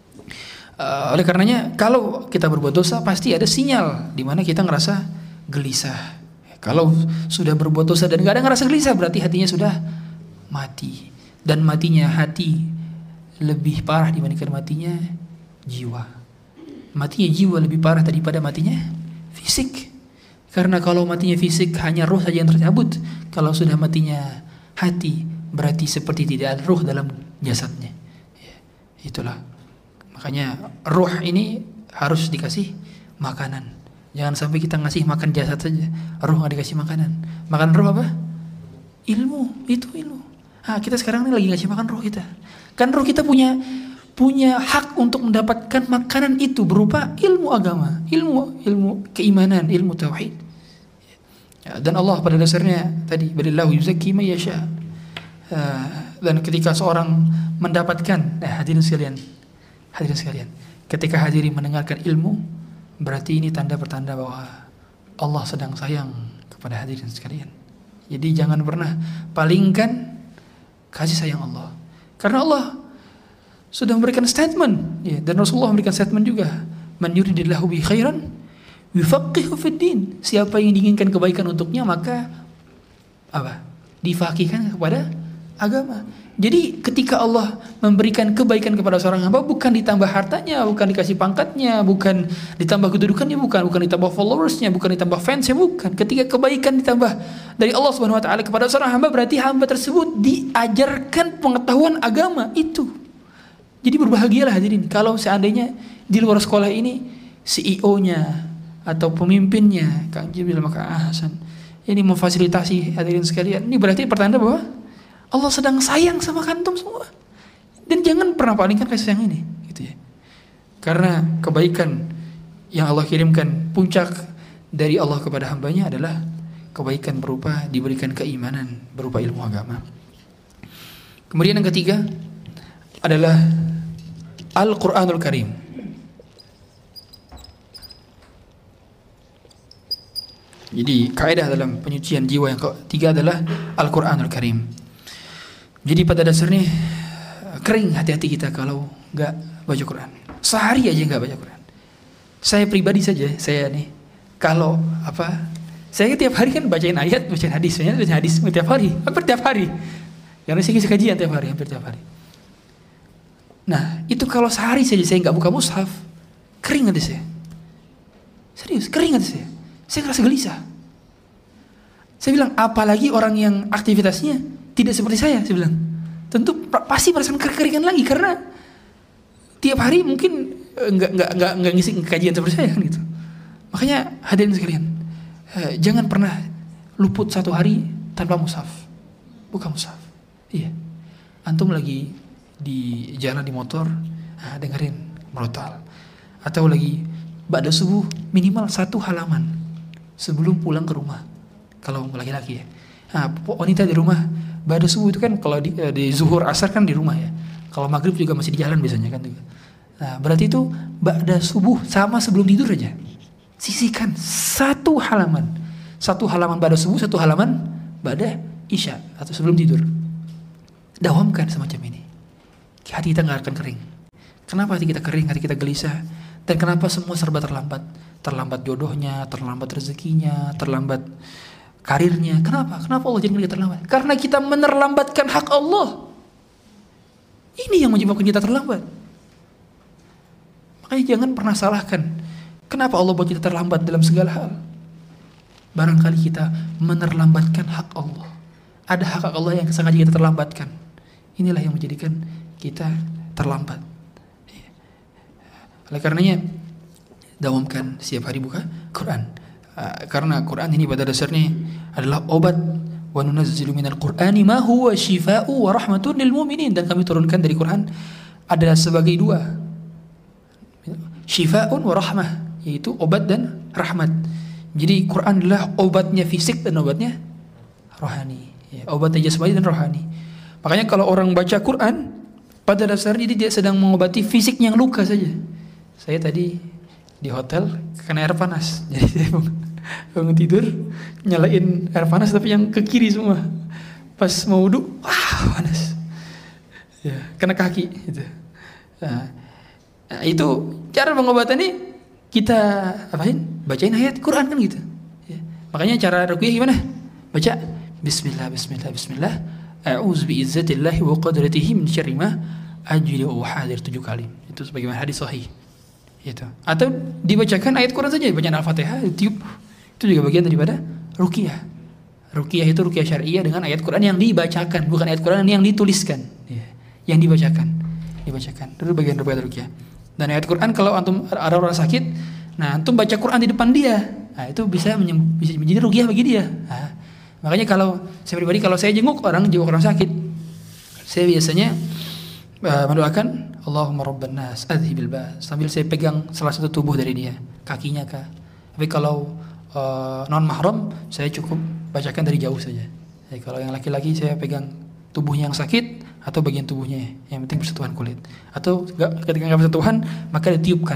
Speaker 1: Oleh karenanya, kalau kita berbuat dosa pasti ada sinyal di mana kita ngerasa gelisah. Kalau sudah berbuat dosa dan gak ada ngerasa gelisah, berarti hatinya sudah mati. Dan matinya hati lebih parah dibandingkan matinya jiwa. Matinya jiwa lebih parah daripada matinya fisik. Karena kalau matinya fisik hanya roh saja yang tercabut. Kalau sudah matinya hati, berarti seperti tidak ada roh dalam jasadnya. Itulah. Makanya roh ini harus dikasih makanan. Jangan sampai kita ngasih makan jasad saja, roh gak dikasih makanan. Makan roh apa? Ilmu, itu ilmu. Kita sekarang ini lagi ngasih makan roh kita. Kan roh kita punya hak untuk mendapatkan makanan itu berupa ilmu agama, ilmu keimanan, ilmu tauhid. Dan Allah pada dasarnya tadi, balillahu yuzakki may yasha. Dan ketika seorang mendapatkan, hadirin sekalian, ketika hadirin mendengarkan ilmu, berarti ini tanda-pertanda bahwa Allah sedang sayang kepada hadirin sekalian. Jadi jangan pernah palingkan kasih sayang Allah. Karena Allah sudah memberikan statement, dan Rasulullah memberikan statement juga. Man yuridillahu bi khairan yufaqihu fid din. Siapa yang diinginkan kebaikan untuknya, maka difaqihkan kepada agama. Jadi ketika Allah memberikan kebaikan kepada seorang hamba, bukan ditambah hartanya, bukan dikasih pangkatnya, bukan ditambah kedudukannya, bukan ditambah followersnya, bukan ditambah fansnya, bukan. Ketika kebaikan ditambah dari Allah Subhanahu Wa Taala kepada seorang hamba, berarti hamba tersebut diajarkan pengetahuan agama itu. Jadi berbahagialah hadirin kalau seandainya di luar sekolah ini CEO-nya atau pemimpinnya Kang Jibril maka Hasan ini memfasilitasi hadirin sekalian. Ini berarti pertanda bahwa Allah sedang sayang sama kantum semua. Dan jangan pernah palingkan kasih sayang ini, gitu ya. Karena kebaikan yang Allah kirimkan, puncak dari Allah kepada hambanya adalah kebaikan berupa diberikan keimanan, berupa ilmu agama. Kemudian yang ketiga adalah Al-Quranul Karim. Jadi kaidah dalam penyucian jiwa yang ketiga adalah Al-Quranul Karim. Jadi pada dasarnya kering hati-hati kita kalau nggak baca Quran. Sehari aja nggak baca Quran. Saya pribadi saja, saya nih kalau saya tiap hari kan bacain ayat, bacain hadis, bacain hadis tiap hari, hampir tiap hari. Karena saya ngisi kajian tiap hari, hampir tiap hari. Nah itu kalau sehari saja saya nggak buka mushaf, kering hati saya. Serius, kering hati saya. Saya ngerasa gelisah. Saya bilang, apalagi orang yang aktivitasnya tidak seperti saya bilang. Tentu pasti merasakan kekeringan lagi karena tiap hari mungkin nggak ngisi kajian seperti saya kan gitu. Makanya hadirin sekalian, jangan pernah luput satu hari tanpa mushaf. Buka mushaf. Iya. Antum lagi di jalan di motor, dengerin merotal. Atau lagi ba'da subuh minimal 1 halaman sebelum pulang ke rumah. Kalau laki-laki ya. Wanita di rumah ba'da subuh itu kan kalau di zuhur asar kan di rumah ya. Kalau maghrib juga masih di jalan biasanya kan juga. Nah, berarti itu ba'da subuh sama sebelum tidur aja. Sisihkan 1 halaman. 1 halaman ba'da subuh, 1 halaman ba'da isya atau sebelum tidur. Dawamkan semacam ini. Hati kita gak akan kering. Kenapa hati kita kering, hati kita gelisah? Dan kenapa semua serba terlambat? Terlambat jodohnya, terlambat rezekinya, terlambat karirnya. Kenapa? Kenapa Allah jadikan kita terlambat? Karena kita menerlambatkan hak Allah. Ini yang menyebabkan kita terlambat. Makanya jangan pernah salahkan kenapa Allah buat kita terlambat dalam segala hal. barangkali kita menerlambatkan hak Allah. Ada hak Allah yang sengaja kita terlambatkan. Inilah yang menjadikan kita terlambat. Oleh karenanya, dawamkan setiap hari buka Quran. Karena Quran ini pada dasarnya adalah obat. Wa nunazzilu minal Qur'ani ma huwa shifaa'u wa rahmatun lil mu'minin, dan kami turunkan dari Quran adalah sebagai dua, shifaa'un wa rahmah, yaitu obat dan rahmat. Jadi Quran adalah obatnya fisik dan obatnya rohani, ya, obatnya jasmani dan rohani. Makanya kalau orang baca Quran, pada dasarnya dia sedang mengobati fisik yang luka saja. Saya tadi di hotel kena air panas, jadi saya bangun tidur nyalain air panas tapi yang ke kiri semua. Pas mau wudu, wah panas. Ya, kena kaki gitu. Nah, itu cara pengobatannya kita apain? Bacain ayat Quran kan gitu. Ya. Makanya cara ruqyah gimana? Baca Bismillah, Bismillah, Bismillah. A'udzu bi'izzatillahi wa qadratihi min syarri ma ajidu wa hadir 7 kali. Itu sebagaimana hadis sahih. Itu. Atau dibacakan ayat Quran saja, bacaan Al-Fatihah, tiup. Itu juga bagian daripada ruqyah. Ruqyah itu ruqyah syariah dengan ayat Quran yang dibacakan, bukan ayat Quran yang dituliskan. Ya. Yang dibacakan. Itu bagian daripada ruqyah. Dan ayat Quran kalau antum ada orang sakit, nah antum baca Quran di depan dia, nah itu bisa menjadi ruqyah bagi dia. Nah, makanya kalau saya pribadi, kalau saya jenguk orang sakit, saya biasanya mendoakan Allahumma rabban nas adhibil ba's, sambil saya pegang salah satu tubuh dari dia, kakinya kah. Tapi kalau non mahram, saya cukup bacakan dari jauh saja. Jadi kalau yang laki-laki saya pegang tubuhnya yang sakit atau bagian tubuhnya, yang penting bersentuhan kulit. Atau ketika nggak bersentuhan, maka ditiupkan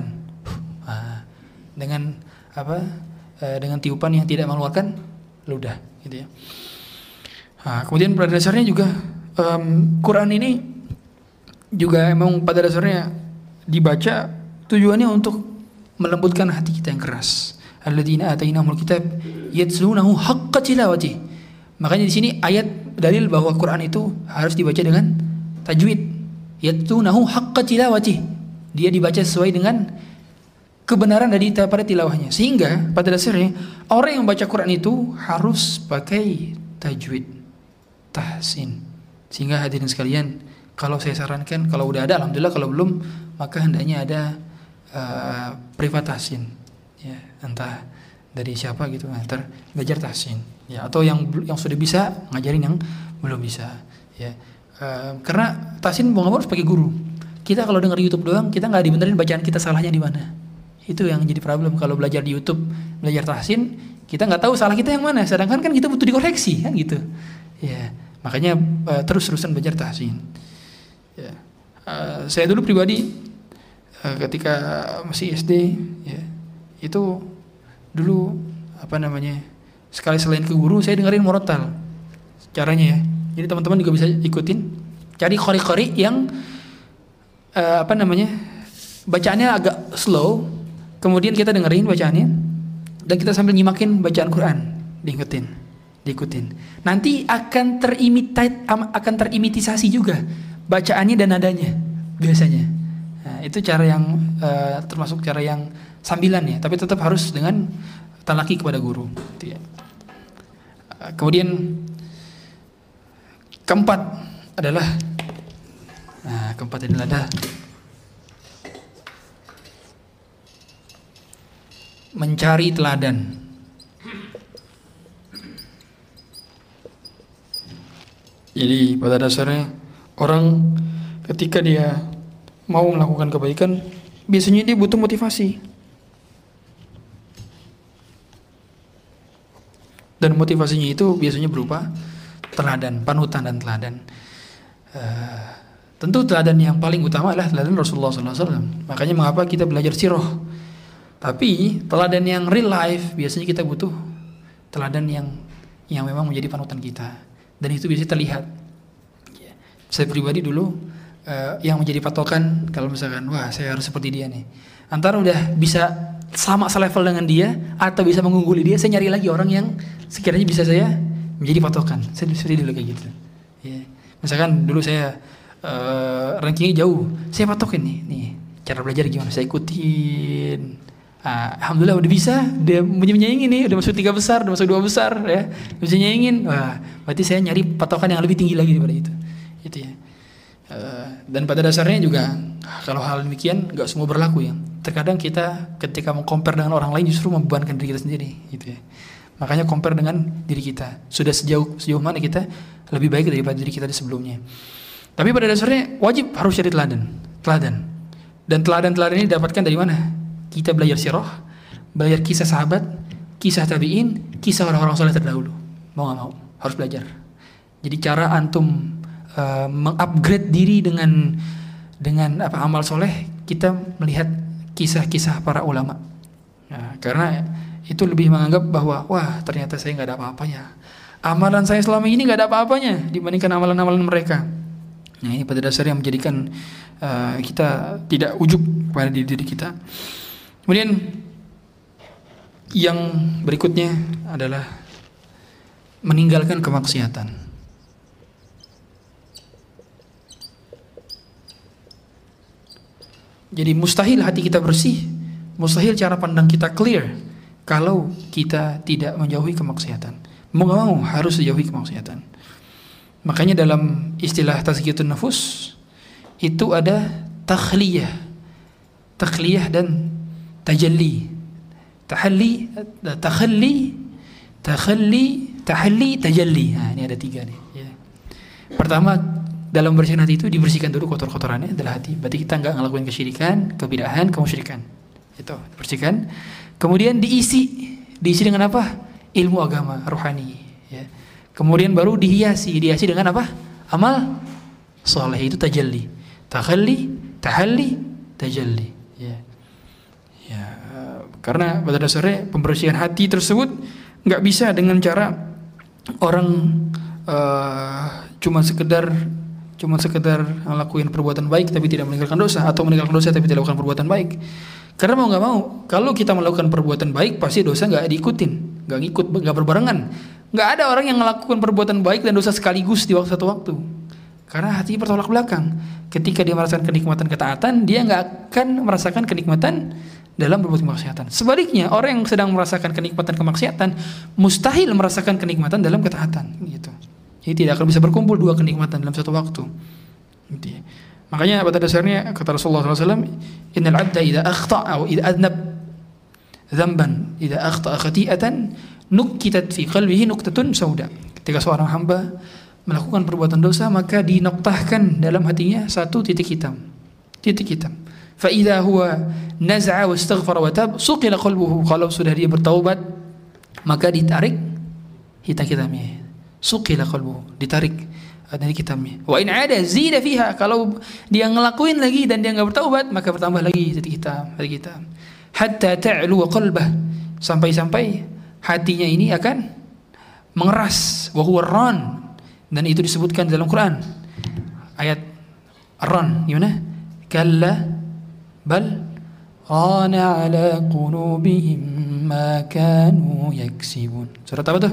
Speaker 1: dengan dengan tiupan yang tidak mengeluarkan ludah, gitu ya. Kemudian pada dasarnya juga Quran ini juga emang pada dasarnya dibaca tujuannya untuk melembutkan hati kita yang keras. Alladzina atainahumul kitab yatlunahu haqqa tilawati. Makanya di sini ayat dalil bahwa Quran itu harus dibaca dengan tajwid. Yatlunahu haqqa tilawati. Dia dibaca sesuai dengan kebenaran pada tilawahnya. Sehingga pada dasarnya orang yang baca Quran itu harus pakai tajwid, tahsin. Sehingga hadirin sekalian, kalau saya sarankan, kalau udah ada alhamdulillah, kalau belum maka hendaknya ada privat tahsin, ya, entah dari siapa gitu, ntar belajar tahsin, ya, atau yang sudah bisa ngajarin yang belum bisa, ya. Karena tahsin mau nggak harus pakai guru. Kita kalau dengar YouTube doang, kita nggak dibenerin bacaan kita salahnya di mana. Itu yang jadi problem kalau belajar di YouTube, belajar tahsin, kita nggak tahu salah kita yang mana. Sedangkan kan kita butuh dikoreksi kan gitu, ya. Makanya terus-terusan belajar tahsin. Ya. Saya dulu pribadi ketika masih SD, ya, itu dulu sekali selain ke guru saya dengerin murotal caranya, ya. Jadi teman-teman juga bisa ikutin, cari qori-qori yang bacaannya agak slow, kemudian kita dengerin bacaannya dan kita sambil nyimakin bacaan Quran, diikutin. Nanti akan terimitisasi juga bacaannya dan nadanya biasanya. Nah, itu cara yang termasuk cara yang sambilan, ya, tapi tetap harus dengan talaki kepada guru. Gitu, ya. Kemudian keempat adalah mencari teladan. Jadi pada dasarnya orang ketika dia mau melakukan kebaikan, biasanya dia butuh motivasi. Dan motivasinya itu biasanya berupa teladan, panutan dan teladan. Tentu teladan yang paling utama adalah teladan Rasulullah SAW. Makanya mengapa kita belajar sirah. Tapi teladan yang real life biasanya kita butuh teladan yang memang menjadi panutan kita. Dan itu biasanya terlihat. Saya pribadi dulu yang menjadi patokan kalau misalkan wah saya harus seperti dia nih, antara udah bisa sama selevel dengan dia atau bisa mengungguli dia, saya nyari lagi orang yang sekiranya bisa saya menjadi patokan. Saya seperti dulu kayak gitu, ya. Misalkan dulu saya rankingnya jauh, saya patokin nih cara belajar gimana, saya ikutin Alhamdulillah udah bisa, dia menyaingin nih, udah masuk 3 besar, udah masuk 2 besar, ya, bisa nyaingin. Wah, berarti saya nyari patokan yang lebih tinggi lagi daripada itu, gitu ya. Dan pada dasarnya juga kalau hal demikian nggak semua berlaku ya. Terkadang kita ketika compare dengan orang lain justru membebankan diri kita sendiri, gitu ya. Makanya compare dengan diri kita. Sudah sejauh mana kita lebih baik daripada diri kita di sebelumnya. Tapi pada dasarnya wajib harus cari teladan. Dan teladan ini didapatkan dari mana? Kita belajar sirah, belajar kisah sahabat, kisah tabi'in, kisah orang-orang saleh terdahulu. Mau nggak mau harus belajar. Jadi cara antum mengupgrade diri dengan amal soleh, kita melihat kisah-kisah para ulama. Nah, karena itu lebih menganggap bahwa wah ternyata saya nggak ada apa-apanya. Amalan saya selama ini nggak ada apa-apanya dibandingkan amalan-amalan mereka. Nah, ini pada dasarnya yang menjadikan kita tidak ujub pada diri kita. Kemudian yang berikutnya adalah meninggalkan kemaksiatan. Jadi mustahil hati kita bersih, mustahil cara pandang kita clear kalau kita tidak menjauhi kemaksiatan. Mau gak mau harus menjauhi kemaksiatan. Makanya dalam istilah tazkiyatun nafus itu ada takhliyah dan tajalli. Tahalli, tajalli. Nah, ini ada 3 nih. Ya. Pertama, dalam membersihkan hati itu dibersihkan dulu kotor-kotorannya adalah hati. Berarti kita nggak ngelakuin kesyirikan, kebidahan, kemusyrikan. Itu dibersihkan. Kemudian diisi dengan apa? Ilmu agama, rohani. Ya. Kemudian baru dihiasi dengan apa? Amal soleh, itu tajalli. Tahalli, tajalli. Ya. Karena pada dasarnya pembersihan hati tersebut nggak bisa dengan cara orang cuma sekedar ngelakuin perbuatan baik tapi tidak meninggalkan dosa, atau meninggalkan dosa tapi tidak melakukan perbuatan baik. Karena mau nggak mau, kalau kita melakukan perbuatan baik pasti dosa nggak diikutin, nggak berbarengan. Nggak ada orang yang melakukan perbuatan baik dan dosa sekaligus di satu waktu. Karena hatinya bertolak belakang. Ketika dia merasakan kenikmatan ketaatan, dia nggak akan merasakan kenikmatan dalam berbuat kemaksiatan. Sebaliknya, orang yang sedang merasakan kenikmatan kemaksiatan mustahil merasakan kenikmatan dalam ketaatan. Gitu. Jadi tidak akan bisa berkumpul 2 kenikmatan dalam satu waktu. Gitu ya. Makanya pada dasarnya kata Rasulullah SAW, Innal abda idha akhta'a wa idha adnab dhanban idha akhta'a khati'atan nukkitat fi qalbihi nuktatun sauda. Ketika seorang hamba melakukan perbuatan dosa, maka dinoktahkan dalam hatinya 1 titik hitam. Fa idza huwa naz'a wastaghfara wa tab suqila qalbuhu. Kalau sudah dia bertaubat, maka ditarik hitamnya. Suqila qalbuhu, ditarik dari hitamnya. Wa in 'ada zida fiha. Kalau dia ngelakuin lagi dan dia enggak bertaubat, maka bertambah lagi titik hitam. Hatta ta'lu qalbah. Sampai hatinya ini akan mengeras. Wa huwa ran. Dan itu disebutkan dalam Quran. Ayat ran, gimana? Kalla bal rana ala qulubihim ma kanu yaksibun. Surat apa tuh?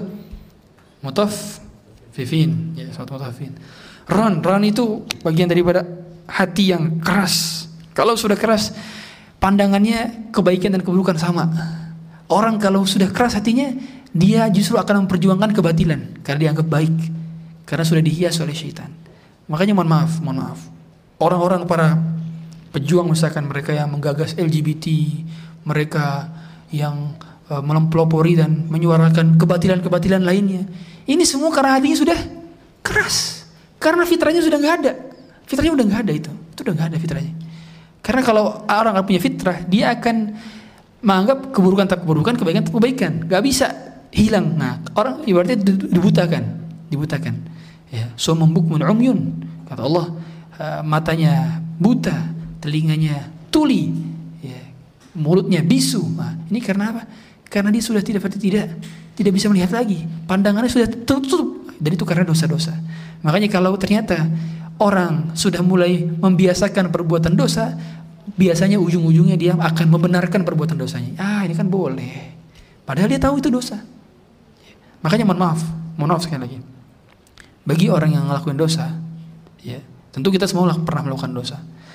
Speaker 1: Mutaffifin. Ya, surat Mutaffifin. Ran itu bagian daripada hati yang keras. Kalau sudah keras, pandangannya kebaikan dan keburukan sama. Orang kalau sudah keras hatinya, dia justru akan memperjuangkan kebatilan karena dianggap baik, karena sudah dihias oleh syaitan. Makanya mohon maaf. Orang-orang para pejuang, misalkan mereka yang menggagas LGBT, mereka yang melempelopori dan menyuarakan kebatilan-kebatilan lainnya, ini semua karena hatinya sudah keras. Karena fitrahnya sudah nggak ada. Fitrahnya udah nggak ada itu udah nggak ada fitrahnya. Karena kalau orang punya fitrah, dia akan menganggap keburukan tak keburukan, kebaikan tak kebaikan, nggak bisa hilang. Nah, orang ibaratnya dibutakan. Ya, summun bukmun umyun. Kata Allah, matanya buta, telinganya tuli, ya, mulutnya bisu. Nah, ini karena apa? Karena dia sudah tidak bisa melihat lagi. Pandangannya sudah tertutup, dan itu karena dosa-dosa. Makanya kalau ternyata orang sudah mulai membiasakan perbuatan dosa, biasanya ujung-ujungnya dia akan membenarkan perbuatan dosanya. Ini kan boleh, padahal dia tahu itu dosa. Makanya mohon maaf sekali lagi. Bagi orang yang ngelakuin dosa, ya, tentu kita semua pernah melakukan dosa.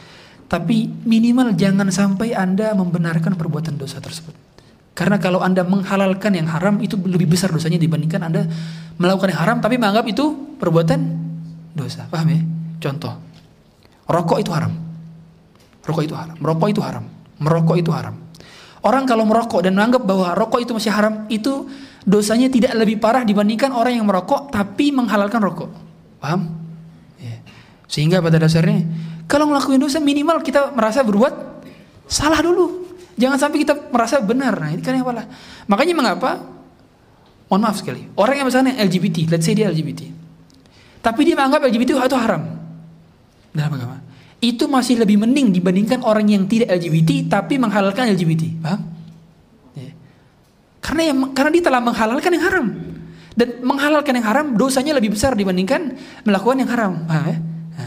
Speaker 1: Tapi minimal jangan sampai Anda membenarkan perbuatan dosa tersebut. Karena kalau Anda menghalalkan yang haram, itu lebih besar dosanya dibandingkan Anda melakukan yang haram tapi menganggap itu perbuatan dosa. Paham ya? Contoh, rokok itu haram. Rokok itu haram. Merokok itu haram. Merokok itu haram. Orang kalau merokok dan menganggap bahwa rokok itu masih haram, itu dosanya tidak lebih parah dibandingkan orang yang merokok tapi menghalalkan rokok. Paham? Ya. Sehingga pada dasarnya, kalau ngelakuin dosa minimal kita merasa berbuat salah dulu. Jangan sampai kita merasa benar. Nah, ini kan yang salah. Makanya mengapa? Mohon maaf sekali. Orang yang misalnya LGBT, let's say dia LGBT. Tapi dia menganggap LGBT itu haram. Dalam agama. Itu masih lebih mending dibandingkan orang yang tidak LGBT tapi menghalalkan LGBT. Paham? Ya. Karena dia telah menghalalkan yang haram. Dan menghalalkan yang haram dosanya lebih besar dibandingkan melakukan yang haram. Paham ya?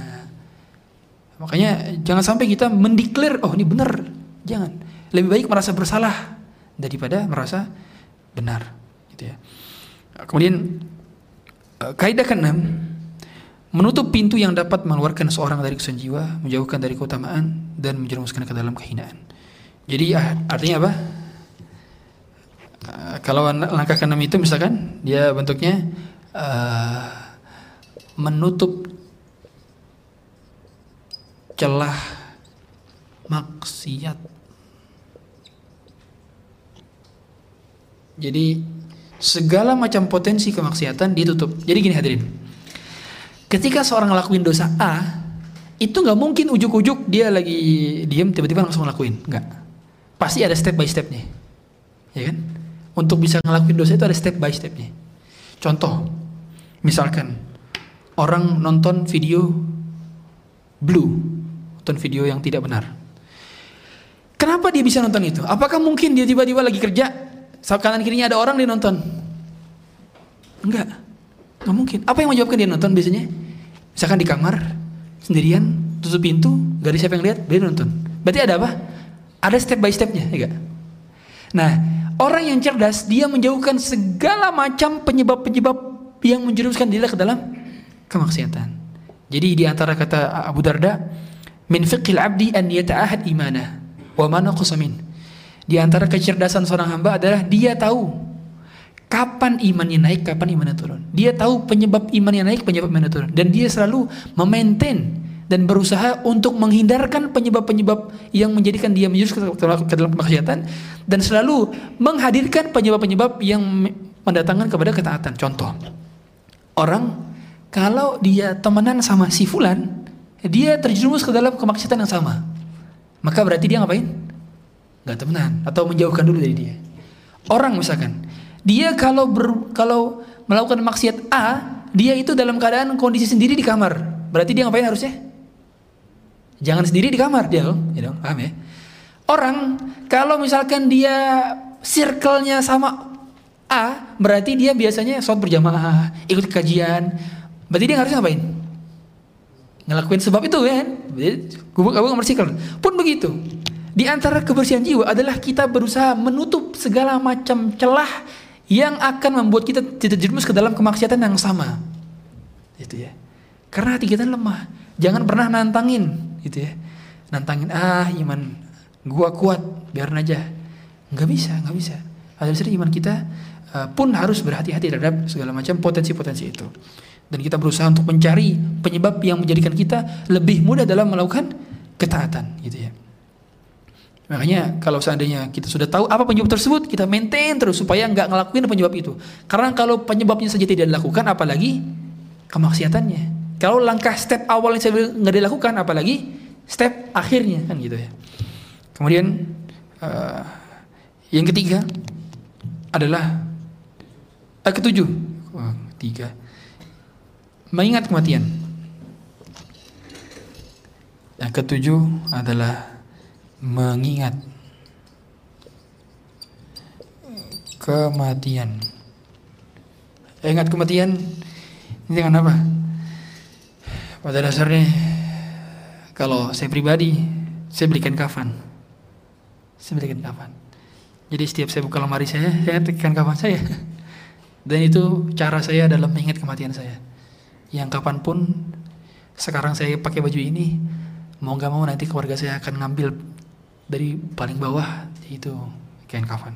Speaker 1: Makanya jangan sampai kita mendeklar, oh ini benar. Jangan. Lebih baik merasa bersalah daripada merasa benar. Gitu ya. Kemudian kaidah ke-6, menutup pintu yang dapat mengeluarkan seorang dari kesucian jiwa, menjauhkan dari keutamaan dan menjerumuskan ke dalam kehinaan. Jadi artinya apa? Kalau langkah ke-6 itu misalkan dia bentuknya menutup celah maksiat. Jadi segala macam potensi kemaksiatan ditutup. Jadi gini hadirin, ketika seorang ngelakuin dosa A, itu nggak mungkin ujuk-ujuk dia lagi diem tiba-tiba langsung ngelakuin, nggak. Pasti ada step by stepnya, ya kan? Untuk bisa ngelakuin dosa itu ada step by stepnya. Contoh, misalkan orang nonton video blue, nonton video yang tidak benar. Kenapa dia bisa nonton itu? Apakah mungkin dia tiba-tiba lagi kerja, kanan kirinya ada orang dia nonton? Enggak mungkin. Apa yang menyebabkan dia nonton biasanya? Misalkan di kamar sendirian, tutup pintu, gak ada siapa yang lihat, dia nonton. Berarti ada apa? Ada step by stepnya, ya gak? Nah, orang yang cerdas dia menjauhkan segala macam penyebab-penyebab yang menjerumuskan dia ke dalam kemaksiatan. Jadi di antara kata Abu Darda, min fiqhil abdi an yata'ahad imanah wa ma naqasa min. Di antara kecerdasan seorang hamba adalah dia tahu kapan imannya naik, kapan imannya turun. Dia tahu penyebab imannya naik, penyebab imannya turun, dan dia selalu memaintain dan berusaha untuk menghindarkan penyebab-penyebab yang menjadikan dia menjurus ke dalam kemaksiatan, dan selalu menghadirkan penyebab-penyebab yang mendatangkan kepada ketaatan. Contoh, orang kalau dia temenan sama si fulan, dia terjerumus ke dalam kemaksiatan yang sama, maka berarti dia ngapain? Gak temenan atau menjauhkan dulu dari dia. Orang misalkan dia kalau melakukan maksiat A, dia itu dalam keadaan kondisi sendiri di kamar, berarti dia ngapain harusnya? Jangan sendiri di kamar dia, ya dong, paham ya? Orang kalau misalkan dia circle-nya sama A, berarti dia biasanya sholat berjamaah, ikut kajian, berarti dia harusnya ngapain? Ngelakuin sebab itu kan? Gabung circle. Pun begitu. Di antara kebersihan jiwa adalah kita berusaha menutup segala macam celah yang akan membuat kita tidak terjerumus ke dalam kemaksiatan yang sama. Itu ya. Karena hati kita lemah. Jangan pernah nantangin, gitu ya. Nantangin, iman gua kuat, biarin aja. Nggak bisa. Pada dasarnya iman kita pun harus berhati-hati terhadap segala macam potensi-potensi itu. Dan kita berusaha untuk mencari penyebab yang menjadikan kita lebih mudah dalam melakukan ketaatan, gitu ya. Makanya kalau seandainya kita sudah tahu apa penyebab tersebut, kita maintain terus supaya nggak ngelakuin penyebab itu. Karena kalau penyebabnya saja tidak dilakukan, apalagi kemaksiatannya. Kalau langkah step awalnya saja nggak dilakukan, apalagi step akhirnya, kan gitu ya. Kemudian yang ketiga adalah ketujuh, mengingat kematian. Yang ketujuh adalah mengingat kematian. Ingat kematian ini dengan apa? Pada dasarnya kalau saya pribadi, saya belikan kafan. Jadi setiap saya buka lemari saya tekan kafan saya. Dan itu cara saya dalam mengingat kematian saya. Yang kapanpun sekarang saya pakai baju ini, mau nggak mau nanti keluarga saya akan ngambil dari paling bawah, itu kain kafan.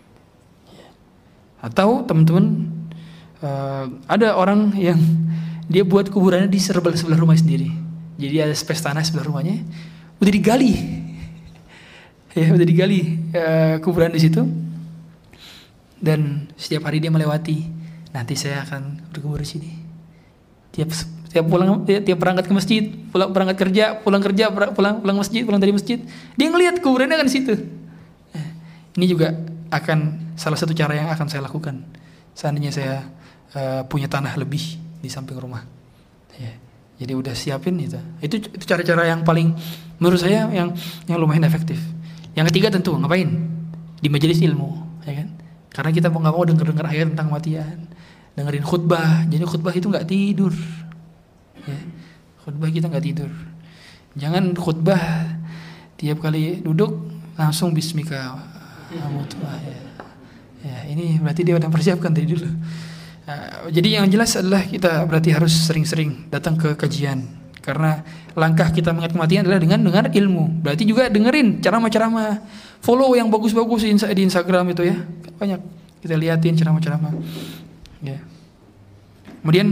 Speaker 1: Atau teman-teman, ada orang yang dia buat kuburannya di sebelah rumah sendiri. Jadi ada space tanah sebelah rumahnya, udah digali, ya udah digali kuburan di situ. Dan setiap hari dia melewati, nanti saya akan berkubur di sini. Tiap berangkat ke masjid, berangkat kerja, pulang masjid, pulang dari masjid, dia ngelihat kuburannya kan di situ. Ini juga akan salah satu cara yang akan saya lakukan seandainya saya punya tanah lebih di samping rumah. Ya. Jadi udah siapin itu. Itu cara-cara yang paling menurut saya yang lumayan efektif. Yang ketiga tentu ngapain? Di majelis ilmu, ya kan? Karena kita mau nggak mau dengar ayat tentang kematian, dengerin khutbah. Jadi khutbah itu nggak tidur. Ya. Khutbah kita nggak tidur. Jangan khutbah tiap kali duduk langsung bismika amutullah. Ya, ini berarti dia udah persiapkan dari dulu. Jadi yang jelas adalah kita berarti harus sering-sering datang ke kajian. Karena langkah kita mengingat kematian adalah dengan dengar ilmu. Berarti juga dengerin ceramah-ceramah, follow yang bagus-bagus di Instagram itu ya. Banyak kita liatin ceramah-ceramah. Ya. Kemudian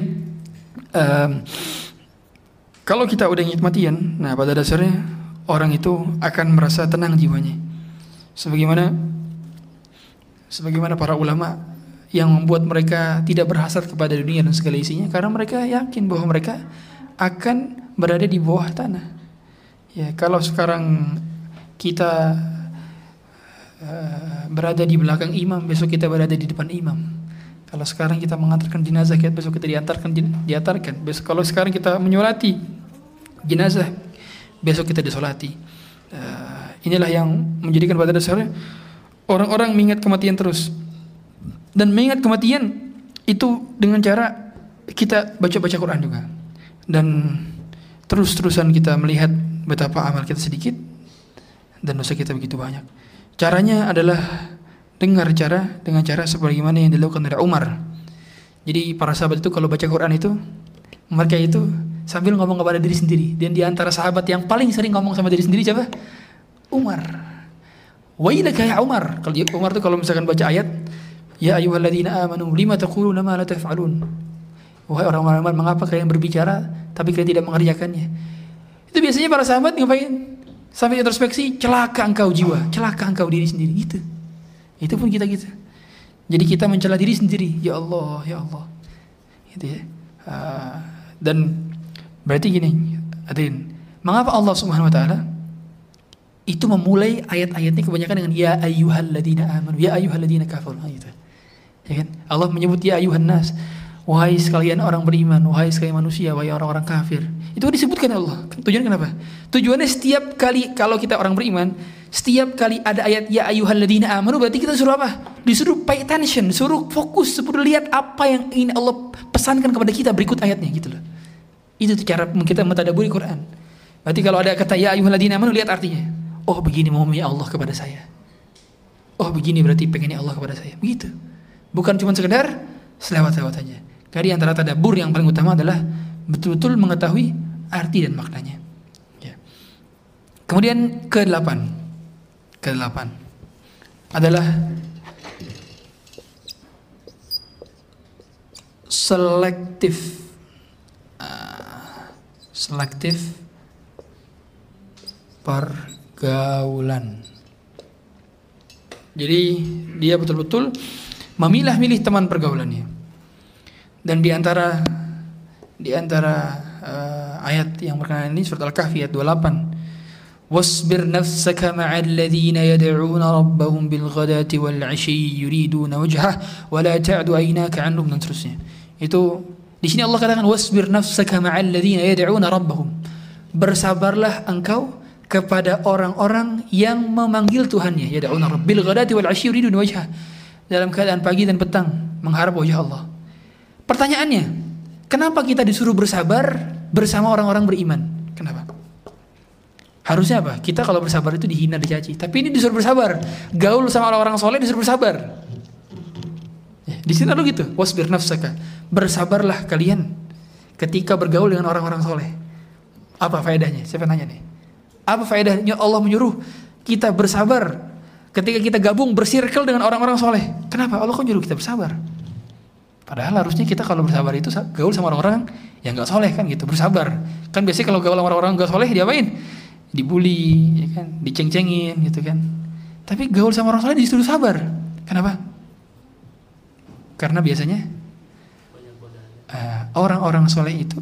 Speaker 1: kalau kita udah ingat kematian, nah pada dasarnya orang itu akan merasa tenang jiwanya. Sebagaimana para ulama yang membuat mereka tidak berhasrat kepada dunia dan segala isinya, karena mereka yakin bahwa mereka akan berada di bawah tanah. Ya, kalau sekarang kita berada di belakang imam, besok kita berada di depan imam. Kalau sekarang kita mengantarkan jenazah, besok kita diantarkan. Besok kalau sekarang kita menyolati jenazah, besok kita disolati. Inilah yang menjadikan pada dasarnya orang-orang mengingat kematian terus. Dan mengingat kematian itu dengan cara kita baca-baca Quran juga. Dan terus-terusan kita melihat betapa amal kita sedikit dan dosa kita begitu banyak. Caranya adalah dengan cara sebagaimana yang dilakukan oleh Umar. Jadi para sahabat itu kalau baca Quran itu, mereka itu sambil ngomong kepada diri sendiri. Dan di antara sahabat yang paling sering ngomong sama diri sendiri siapa? Umar. Wailaka ya Umar. Kalau Umar itu kalau misalkan baca ayat, ya ayyuhalladzina amanu lima taquluna ma la taf'alun. Wahai orang-orang beriman, mengapa kalian berbicara tapi kalian tidak mengerjakannya? Itu biasanya para sahabat ngapain? Sampai introspeksi, celaka engkau jiwa, celaka engkau diri sendiri, gitu. Itu pun kita gitu. Jadi kita mencela diri sendiri, ya Allah, gitu ya. Dan berarti gini, hadirin, mengapa Allah Subhanahu Wa Taala itu memulai ayat-ayatnya kebanyakan dengan ya ayyuhalladzina amanu, ya ayyuhalladzina kafaru, gitu. Ya kan? Allah menyebut ya ayyuhan nas, wahai sekalian orang beriman, wahai sekalian manusia, wahai orang-orang kafir. Itu disebutkan Allah. Tujuannya kenapa? Tujuannya setiap kali kalau kita orang beriman, setiap kali ada ayat ya ayyuhalladzina amanu, berarti kita suruh apa? Disuruh pay attention, suruh fokus, suruh lihat apa yang ingin Allah pesankan kepada kita berikut ayatnya, gitu loh. Itu cara kita mentadabburi Quran. Berarti kalau ada kata ya ayyuhalladzina amanu, lihat artinya. Oh, begini maunya Allah kepada saya. Oh, begini berarti pengennya Allah kepada saya. Begitu. Bukan cuma sekedar selewat-lewat saja. Jadi antara tadabbur yang paling utama adalah betul-betul mengetahui arti dan maknanya. Ya. Kemudian ke-8 adalah selektif pergaulan. Jadi dia betul-betul memilah-milih teman pergaulannya. Dan di antara ayat yang berkenaan ini surat Al-Kahfi ayat 28. Wasbir nafsaka ma'al ladzina yad'una rabbahum bil ghadati wal 'ashyi yuriduna wajhah wa la ta'du aynaka 'anhum, dan seterusnya. Itu di sini Allah katakan wasbir nafsaka ma'al ladzina yad'una rabbahum. Bersabarlah engkau kepada orang-orang yang memanggil Tuhannya, yad'una rabbil ghadati wal 'ashyi yuriduna wajhah, dalam keadaan pagi dan petang mengharap wajah Allah. Pertanyaannya, kenapa kita disuruh bersabar bersama orang-orang beriman? Kenapa? Harusnya apa? Kita kalau bersabar itu dihina, dicaci. Tapi ini disuruh bersabar. Gaul sama orang-orang soleh disuruh bersabar. Ya, di sini lalu gitu. Wasbir nafsaka. Bersabarlah kalian ketika bergaul dengan orang-orang soleh. Apa faedahnya? Siapa nanya nih? Apa faedahnya Allah menyuruh kita bersabar ketika kita gabung bersirkel dengan orang-orang soleh? Kenapa Allah kok nyuruh kita bersabar? Padahal harusnya kita kalau bersabar itu gaul sama orang-orang yang nggak soleh kan gitu, bersabar. Kan biasanya kalau gaul sama orang-orang nggak soleh diapain? Dibully, ya kan, diceng-cengin gitu kan. Tapi gaul sama orang soleh disuruh sabar. Kenapa? Karena biasanya orang-orang soleh itu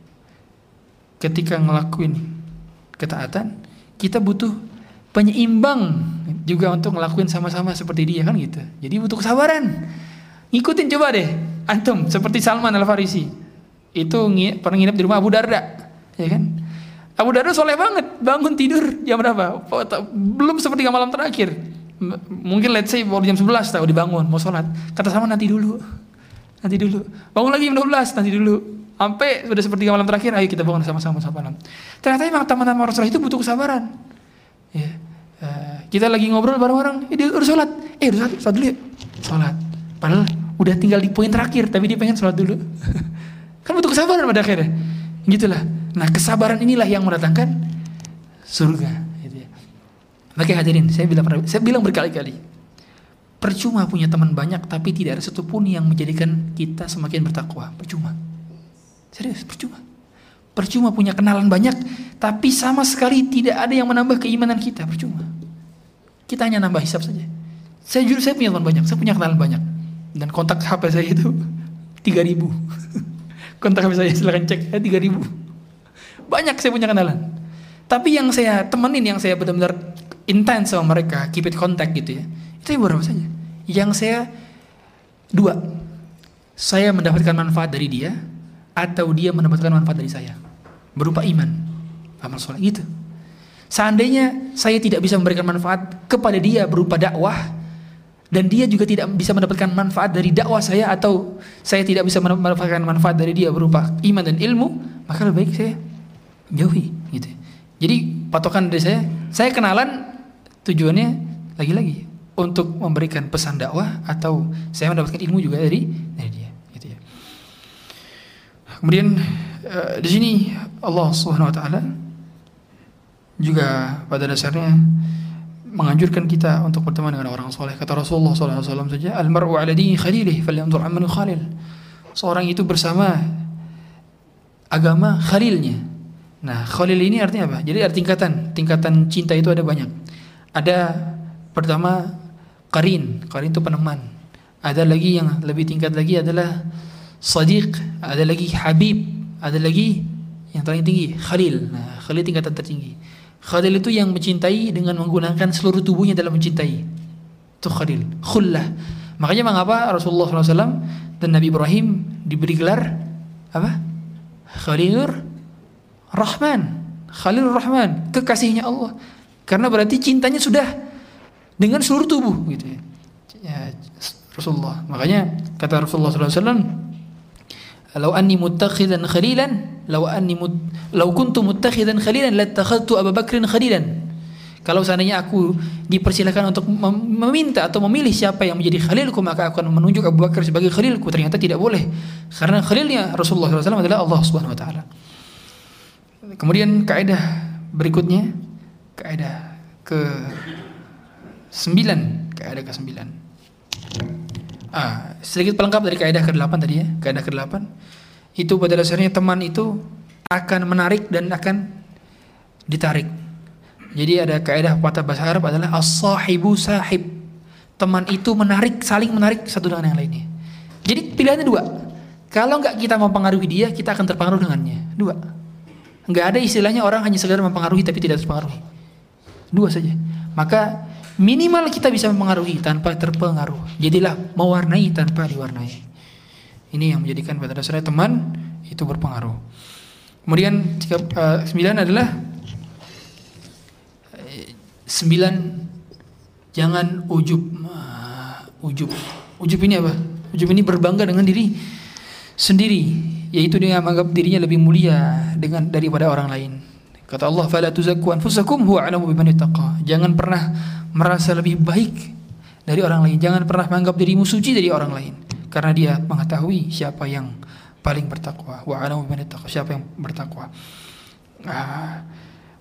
Speaker 1: ketika ngelakuin ketaatan, kita butuh penyeimbang juga untuk ngelakuin sama-sama seperti dia kan gitu. Jadi butuh kesabaran. Ngikutin coba deh, antum seperti Salman Al-Farisi. Itu pernah nginep di rumah Abu Darda, ya kan? Abu Darda soleh banget, bangun tidur jam berapa? Belum sepertiga malam terakhir. Mungkin let's say baru jam 11 tahu dibangun mau sholat. Kata Salman nanti dulu. Bangun lagi jam 12, nanti dulu. Sampai sudah sepertiga malam terakhir, ayo kita bangun sama-sama sholat malam. Ternyata emang teman-teman orang soleh itu butuh kesabaran. Ya. Kita lagi ngobrol bareng-bareng, dia udah sholat. Udah sholat dulu ya. Sholat. Padahal udah tinggal di poin terakhir, tapi dia pengen sholat dulu. Kan butuh kesabaran pada akhirnya. Gitulah. Nah, kesabaran inilah yang mendatangkan surga. Gitu ya. Maka hadirin, saya bilang berkali-kali, percuma punya teman banyak, tapi tidak ada satupun yang menjadikan kita semakin bertakwa. Percuma. Serius, percuma. Percuma punya kenalan banyak, tapi sama sekali tidak ada yang menambah keimanan kita. Percuma. Kita hanya nambah hisab saja. Saya punya teman banyak, saya punya kenalan banyak. Dan kontak HP saya itu 3.000. Kontak HP saya silakan cek, 3.000. Banyak saya punya kenalan. Tapi yang saya temenin, yang saya benar-benar intens sama mereka, keep it contact gitu ya, itu yang berapa saja. Yang saya 2, saya mendapatkan manfaat dari dia, atau dia mendapatkan manfaat dari saya, berupa iman, amal soleh gitu. Seandainya saya tidak bisa memberikan manfaat kepada dia berupa dakwah, dan dia juga tidak bisa mendapatkan manfaat dari dakwah saya, atau saya tidak bisa mendapatkan manfaat dari dia berupa iman dan ilmu, maka lebih baik saya jauhi gitu. Jadi patokan dari saya kenalan tujuannya lagi-lagi untuk memberikan pesan dakwah, atau saya mendapatkan ilmu juga dari dia gitu ya. Kemudian di sini Allah Subhanahu wa taala juga pada dasarnya menganjurkan kita untuk berteman dengan orang soleh. Kata Rasulullah SAW saja, al-mar'u ala dini khalilih falyanzur amman khalil. Seorang itu bersama agama khalilnya. Nah, khalil ini artinya apa? Jadi ada tingkatan cinta itu ada banyak. Ada pertama qarin itu peneman. Ada lagi yang lebih tingkat lagi adalah sadiq, ada lagi habib, ada lagi yang paling tinggi khalil. Nah, khalil tingkatan tertinggi. Khalil itu yang mencintai dengan menggunakan seluruh tubuhnya dalam mencintai. Itu khalil, khullah. Makanya mengapa Rasulullah SAW dan Nabi Ibrahim diberi gelar apa? Khalilur Rahman, Khalilur Rahman, kekasihnya Allah. Karena berarti cintanya sudah dengan seluruh tubuh gitu ya. Rasulullah. Makanya kata Rasulullah SAW, "Lau anni muttakhidan khalilan, lau kuntu muttakhidan khalilan lattakhadtu Abu Bakrin khalilan." Kalau seandainya aku dipersilakan untuk meminta atau memilih siapa yang menjadi khalilku, maka aku akan menunjuk Abu Bakar sebagai khalilku. Ternyata tidak boleh, karena khalilnya Rasulullah SAW adalah Allah Subhanahu Wa Taala. Kemudian kaidah berikutnya, kaidah ke-9, sedikit pelengkap dari kaidah ke-8 tadi ya. Kaidah ke-8 itu pada dasarnya teman itu akan menarik dan akan ditarik. Jadi ada kaidah patah bahasa Arab adalah as-sahibu sahib. Teman itu menarik, saling menarik satu dengan yang lainnya. Jadi pilihannya 2. Kalau enggak kita mempengaruhi dia, kita akan terpengaruh dengannya. 2. Enggak ada istilahnya orang hanya sekedar mempengaruhi tapi tidak terpengaruhi. 2 saja. Maka minimal kita bisa mempengaruhi tanpa terpengaruh. Jadilah mewarnai tanpa diwarnai. Ini yang menjadikan pada dasarnya teman itu berpengaruh. Kemudian 9 adalah 9, jangan ujub. Ujub ini apa? Ujub ini berbangga dengan diri sendiri, yaitu dia menganggap dirinya lebih mulia daripada orang lain. Kata Allah, "Fala tuzakku anfusakum huwa a'lamu biman ittaqa." Jangan pernah merasa lebih baik dari orang lain. Jangan pernah menganggap dirimu suci dari orang lain, karena dia mengetahui siapa yang paling bertakwa. Wa a'lamu biman ittaqa, siapa yang bertakwa.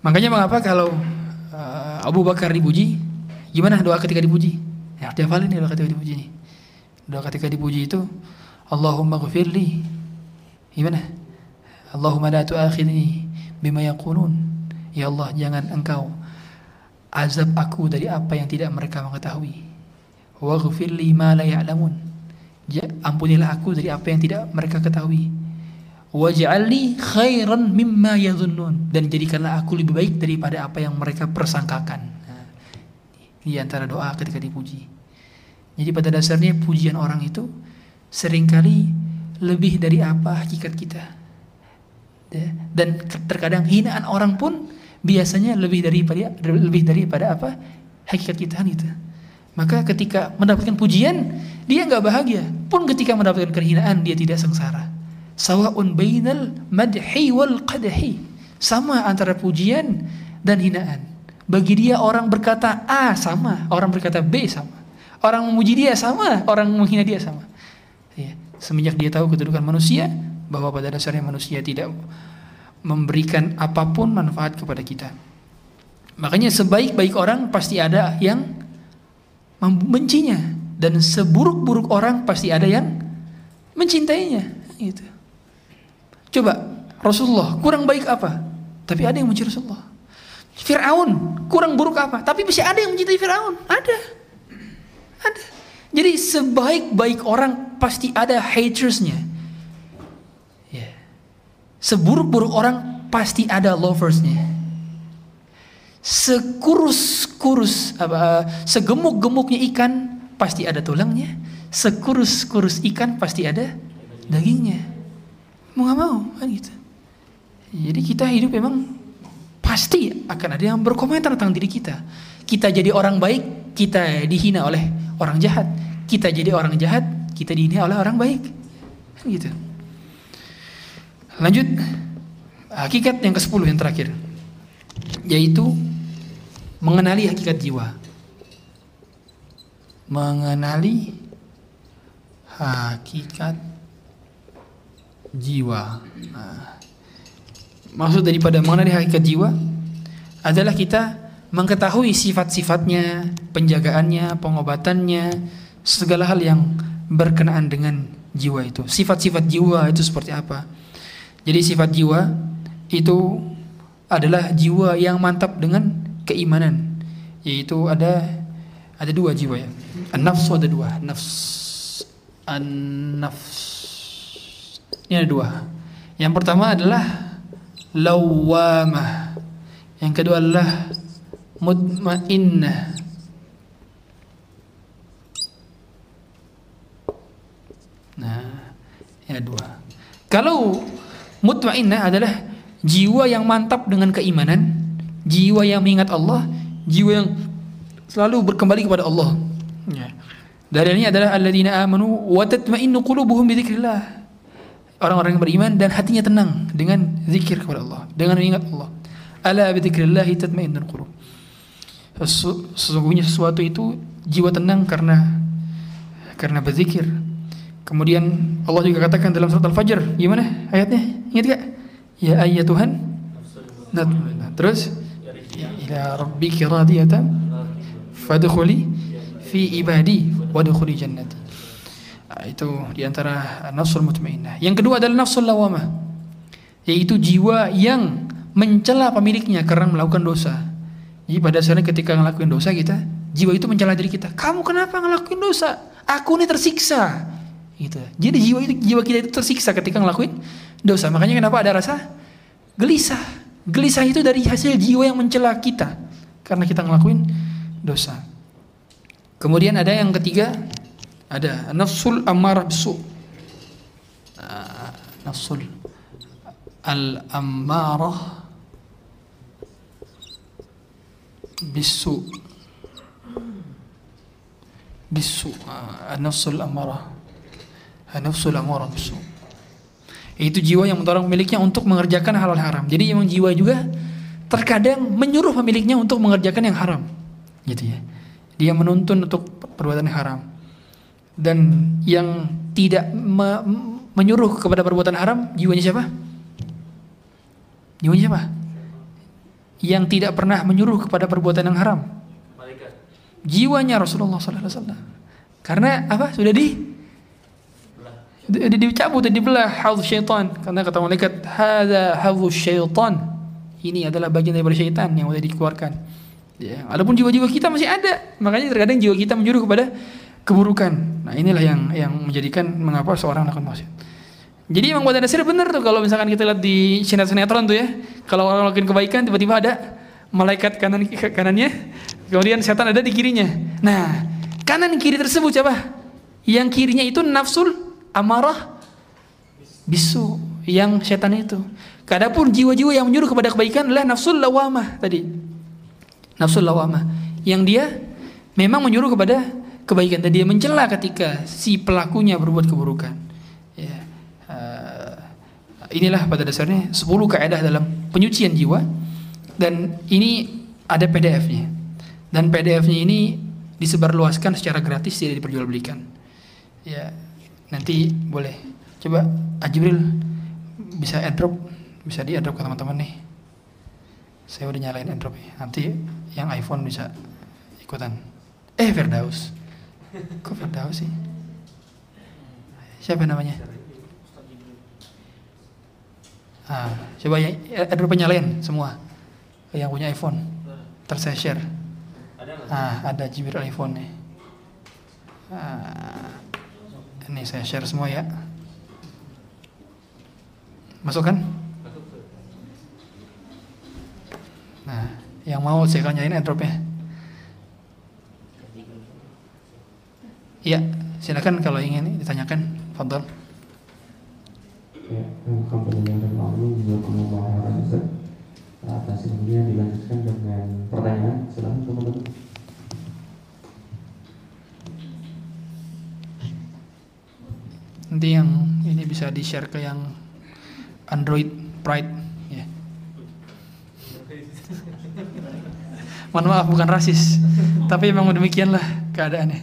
Speaker 1: Makanya mengapa kalau Abu Bakar dipuji, gimana doa ketika dipuji? Ya, harus dihafalin nih doa ketika dipuji nih. Doa ketika dipuji itu, Allahumma ghfirli. Gimana? Allahumma la tu'akhidni bima yaqulun. Ya Allah, jangan engkau azab aku dari apa yang tidak mereka mengetahui. Waghfirli ma la ya'lamun. Ampunilah aku dari apa yang tidak mereka ketahui. Waj'alni khairan mimma yadhunnun, dan jadikanlah aku lebih baik daripada apa yang mereka persangkakan. Nah, di antara doa ketika dipuji. Jadi pada dasarnya pujian orang itu seringkali lebih dari apa hakikat kita. Dan terkadang hinaan orang pun biasanya lebih daripada apa hakikat kita gitu. Maka ketika mendapatkan pujian, dia nggak bahagia. Pun ketika mendapatkan kehinaan, dia tidak sengsara. Sawa'un bainal madhi wal qadhi. Sama antara pujian dan hinaan. Bagi dia orang berkata A sama, orang berkata B sama. Orang memuji dia sama, orang menghina dia sama. Ya, semenjak dia tahu kedudukan manusia, bahwa pada dasarnya manusia tidak memberikan apapun manfaat kepada kita. Makanya sebaik-baik orang pasti ada yang membencinya, dan seburuk-buruk orang pasti ada yang mencintainya. Gitu. Coba Rasulullah kurang baik apa? Tapi ada yang mencintai Rasulullah. Fir'aun kurang buruk apa? Tapi masih ada yang mencintai Fir'aun. Ada. Jadi sebaik-baik orang pasti ada hatersnya. Yeah. Seburuk-buruk orang pasti ada loversnya. Segemuk-gemuknya ikan pasti ada tulangnya. Sekurus-kurus ikan pasti ada dagingnya. Mau gak mau kan gitu. Jadi kita hidup memang pasti akan ada yang berkomentar tentang diri kita. Kita jadi orang baik, kita dihina oleh orang jahat. Kita jadi orang jahat, kita dihina oleh orang baik. Kan gitu. Lanjut, hakikat yang ke-10 yang terakhir, yaitu mengenali hakikat jiwa. Mengenali hakikat jiwa. Maksud daripada mengenali hakikat jiwa adalah kita mengetahui sifat-sifatnya, penjagaannya, pengobatannya, segala hal yang berkenaan dengan jiwa itu. Sifat-sifat jiwa itu seperti apa? Jadi sifat jiwa itu adalah jiwa yang mantap dengan keimanan. Yaitu ada dua jiwa ya. An-nafsu ada dua. An-nafs. Ini ada dua. Yang pertama adalah lawwamah. Yang kedua adalah mutmainnah. Nah, ya dua. Kalau mutmainnah adalah jiwa yang mantap dengan keimanan, jiwa yang mengingat Allah, jiwa yang selalu berkembali kepada Allah. Ya. Dari ini adalah alladzina amanu wa tatma'innu qulubuhum bi dzikrillah. Orang-orang yang beriman dan hatinya tenang dengan zikir kepada Allah, dengan mengingat Allah. Ala bi dzikrillah tatma'innul qulub. Sesungguhnya sesuatu itu jiwa tenang karena berzikir. Kemudian Allah juga katakan dalam surat Al-Fajr, gimana ayatnya? Ingat gak? Ya ayyatuhan. Terus ila rabbiki radiyatan fadkhuli fi ibadi wadkhuli jannati. Itu diantara nafsul mutmainnah. Yang kedua adalah nafsul lawamah, yaitu jiwa yang mencela pemiliknya karena melakukan dosa. Jadi pada dasarnya ketika ngelakuin dosa kita, jiwa itu mencela diri kita. Kamu kenapa ngelakuin dosa? Aku ini tersiksa. Gitu. Jadi jiwa kita itu tersiksa ketika ngelakuin dosa. Makanya kenapa ada rasa gelisah. Gelisah itu dari hasil jiwa yang mencela kita karena kita ngelakuin dosa. Kemudian ada yang ketiga, ada nafsul ammarah bisu. Nafsul al-ammarah bisu. Nafsul ammarah. Nafsul ammarah bisu. Itu jiwa yang mendorong pemiliknya untuk mengerjakan hal-hal haram. Jadi memang jiwa juga terkadang menyuruh pemiliknya untuk mengerjakan yang haram. Gitu ya. Dia menuntun untuk perbuatan haram. Dan yang tidak menyuruh kepada perbuatan haram, jiwanya siapa? Jiwanya siapa? yang tidak pernah menyuruh kepada perbuatan yang haram?
Speaker 2: Malaikat.
Speaker 1: Jiwanya Rasulullah sallallahu alaihi wasallam. Karena apa? Sudah dicabut, dibelah hauz syaitan. Karena kata malaikat, hadza hauz syaitan. Ini adalah bagian daripada syaitan yang sudah dikeluarkan. Ya, walaupun jiwa-jiwa kita masih ada. Makanya terkadang jiwa kita menyuruh kepada keburukan. Nah, inilah yang menjadikan mengapa seorang melakukan maksiat. Jadi emang pada dasarnya benar tuh kalau misalkan kita lihat di sinetron tuh ya, kalau orang melakukan kebaikan tiba-tiba ada malaikat kanannya, kemudian setan ada di kirinya. Nah, kanan kiri tersebut siapa? Yang kirinya itu nafsul amarah bisu, yang setan itu. Adapun jiwa-jiwa yang menyuruh kepada kebaikan adalah nafsul lawamah tadi. Nafsul lawamah yang dia memang menyuruh kepada kebaikan dan dia mencela ketika si pelakunya berbuat keburukan. Ya. Inilah pada dasarnya 10 kaidah dalam penyucian jiwa, dan ini ada PDF-nya. Dan PDF-nya ini disebarluaskan secara gratis, tidak diperjualbelikan. Ya, nanti boleh coba Jibril bisa airdrop, bisa di airdrop ke teman-teman nih. Saya udah nyalain airdrop ya. Nanti yang iPhone bisa ikutan. Firdaus. Kok Firdaus sih? Siapa namanya? Coba ya airdrop nyalain semua. Yang punya iPhone. Ntar saya share. Ada Jibril iPhone nih. Ini saya share semua ya. Masuk kan? Nah, yang mau saya akan nyalain airdropnya. Iya, silakan kalau ingin ditanyakan, fadhal.
Speaker 3: Ya, pertanyaan dari Pak Amin juga kemudian Ustaz. Atas ini dilanjutkan dengan pertanyaan. Silakan teman-teman.
Speaker 1: Nanti yang ini bisa di-share ke yang Android Pride ya. Mohon maaf bukan rasis, tapi memang demikianlah keadaannya.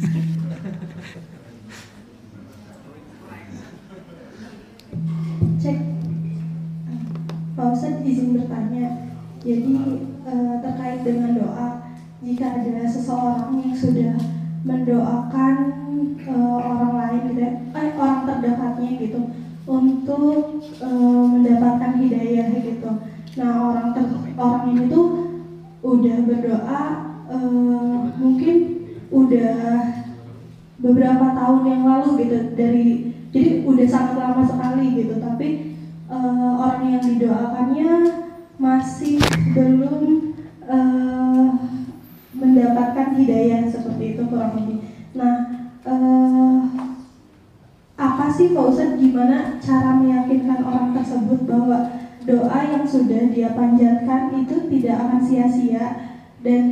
Speaker 4: Cek, Pak Ustadz izin bertanya. Jadi terkait dengan doa, jika ada seseorang yang sudah mendoakan orang lain gitu, orang terdekatnya gitu, untuk mendapatkan hidayah gitu. Nah orang ini tuh udah berdoa mungkin udah beberapa tahun yang lalu gitu, jadi udah sangat lama sekali gitu, tapi orang yang didoakannya masih belum mendapatkan hidayah seperti itu kurang lebih. Nah, apa sih Pak Ustadz, gimana cara meyakinkan orang tersebut bahwa doa yang sudah dia panjatkan itu tidak akan sia-sia, dan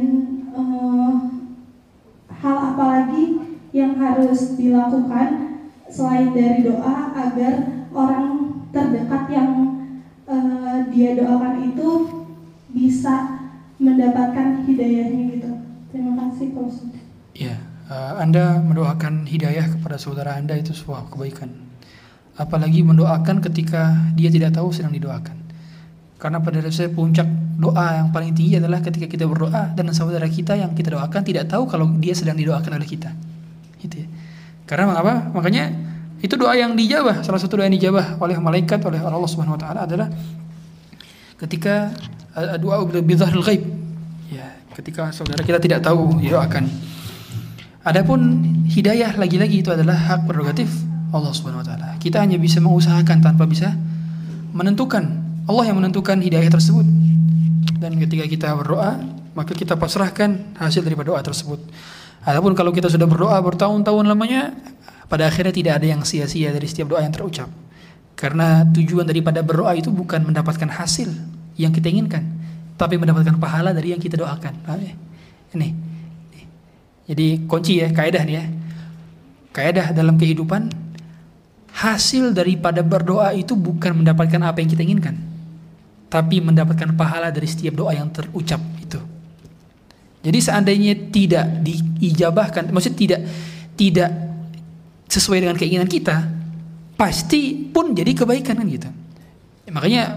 Speaker 4: hal apa lagi yang harus dilakukan selain dari doa agar orang terdekat yang dia doakan itu bisa mendapatkan hidayahnya gitu. Terima kasih Pak Ustadz.
Speaker 1: Ya, Anda mendoakan hidayah kepada saudara Anda itu sebuah kebaikan. Apalagi mendoakan ketika dia tidak tahu sedang didoakan. Karena pada dasarnya puncak doa yang paling tinggi adalah ketika kita berdoa dan saudara kita yang kita doakan tidak tahu kalau dia sedang didoakan oleh kita. Gitu ya. Karena apa? Makanya itu doa yang dijabah, salah satu doa yang dijabah oleh malaikat, oleh Allah Subhanahu wa taala adalah ketika doa bidzahril ghaib. Ya, ketika saudara kita tidak tahu didoakan. Adapun hidayah lagi-lagi itu adalah hak prerogatif Allah Subhanahu wa taala. Kita hanya bisa mengusahakan tanpa bisa menentukan. Allah yang menentukan hidayah tersebut. Dan ketika kita berdoa, maka kita pasrahkan hasil daripada doa tersebut. Adapun kalau kita sudah berdoa bertahun-tahun lamanya, pada akhirnya tidak ada yang sia-sia dari setiap doa yang terucap. Karena tujuan daripada berdoa itu bukan mendapatkan hasil yang kita inginkan, tapi mendapatkan pahala dari yang kita doakan. Ini. Jadi kunci ya, kaidah nih ya. Kaidah dalam kehidupan, hasil daripada berdoa itu bukan mendapatkan apa yang kita inginkan, tapi mendapatkan pahala dari setiap doa yang terucap itu. Jadi seandainya tidak diijabahkan, maksudnya tidak sesuai dengan keinginan kita, pasti pun jadi kebaikan kan gitu. Makanya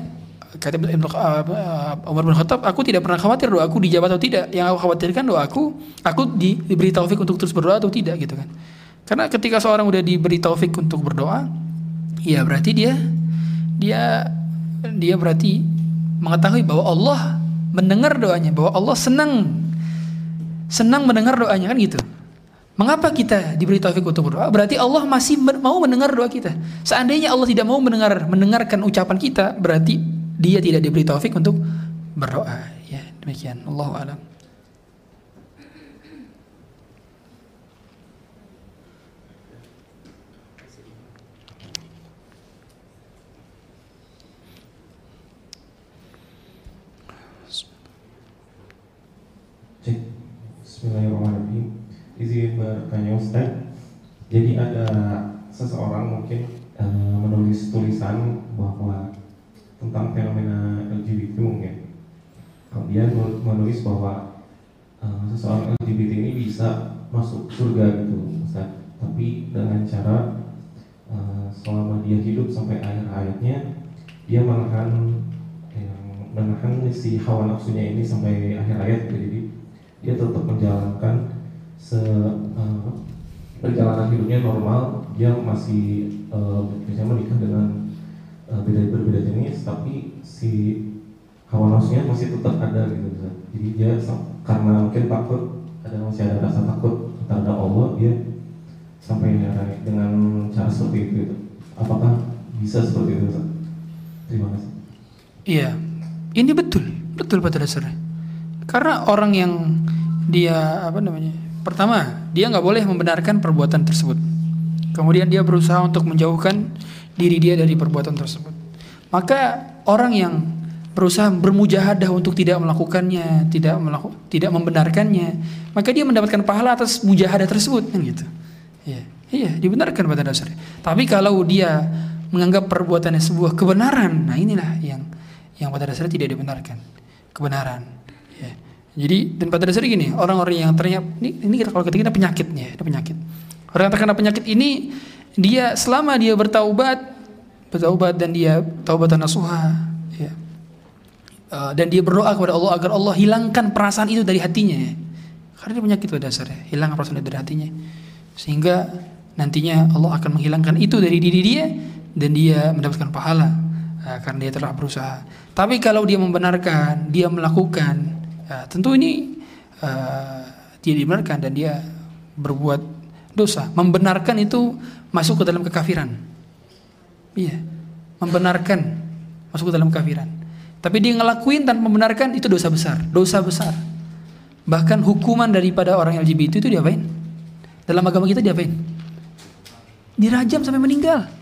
Speaker 1: kata Umar bin Khattab, aku tidak pernah khawatir doa aku dijawab atau tidak. Yang aku khawatirkan doa aku diberi taufik untuk terus berdoa atau tidak gitu kan. Karena ketika seorang udah diberi taufik untuk berdoa, ya berarti dia berarti mengetahui bahwa Allah mendengar doanya, bahwa Allah senang mendengar doanya kan gitu. Mengapa kita diberi taufik untuk berdoa? Berarti Allah masih mau mendengar doa kita. Seandainya Allah tidak mau mendengarkan ucapan kita, berarti Dia tidak diberi taufik untuk berdoa. Ya, demikian. Allahu a'lam.
Speaker 3: Bismillahirrahmanirrahim. Izin bertanya Ustaz. Jadi ada seseorang mungkin menulis tulisan bahwa tentang fenomena LGBT mungkin. Kemudian menulis bahwa seseorang LGBT ini bisa masuk surga gitu Ustaz. Tapi dengan cara selama dia hidup sampai akhir hayatnya dia menahan si hawa nafsunya ini sampai akhir hayat. Jadi dia tetap menjalankan perjalanan hidupnya normal, dia masih misalnya menikah dengan berbeda jenis, tapi si hawa nafsunya masih tetap ada gitu. Jadi dia karena mungkin masih ada rasa takut terhadap Allah, dia sampai dengan cara seperti itu gitu. Apakah bisa seperti itu Ustaz? Terima kasih.
Speaker 1: Iya, ini betul pada dasarnya. Karena orang yang dia pertama, dia nggak boleh membenarkan perbuatan tersebut. Kemudian dia berusaha untuk menjauhkan diri dia dari perbuatan tersebut. Maka orang yang berusaha bermujahadah untuk tidak melakukannya, tidak membenarkannya, maka dia mendapatkan pahala atas mujahadah tersebut, kan gitu. Iya, dibenarkan pada dasarnya. Tapi kalau dia menganggap perbuatannya sebuah kebenaran, nah inilah yang pada dasarnya tidak dibenarkan. Kebenaran. Ya. Jadi dan pada dasarnya gini, orang-orang yang ternyata ini kalau kita penyakitnya, ada penyakit. Orang yang terkena penyakit ini, dia selama dia bertaubat dan dia taubatan nasuha, ya. Dan dia berdoa kepada Allah agar Allah hilangkan perasaan itu dari hatinya. Ya. Karena dia penyakit pada dasarnya, hilang perasaan itu dari hatinya. Sehingga nantinya Allah akan menghilangkan itu dari diri dia dan dia mendapatkan pahala karena dia telah berusaha. Tapi kalau dia membenarkan, dia melakukan, tentu ini tidak dibenarkan dan dia berbuat dosa. Membenarkan itu masuk ke dalam kekafiran. Iya, membenarkan masuk ke dalam kekafiran. Tapi dia ngelakuin tanpa membenarkan, itu dosa besar. Bahkan hukuman daripada orang LGBT itu diapain? Dalam agama kita diapain? Dirajam sampai meninggal.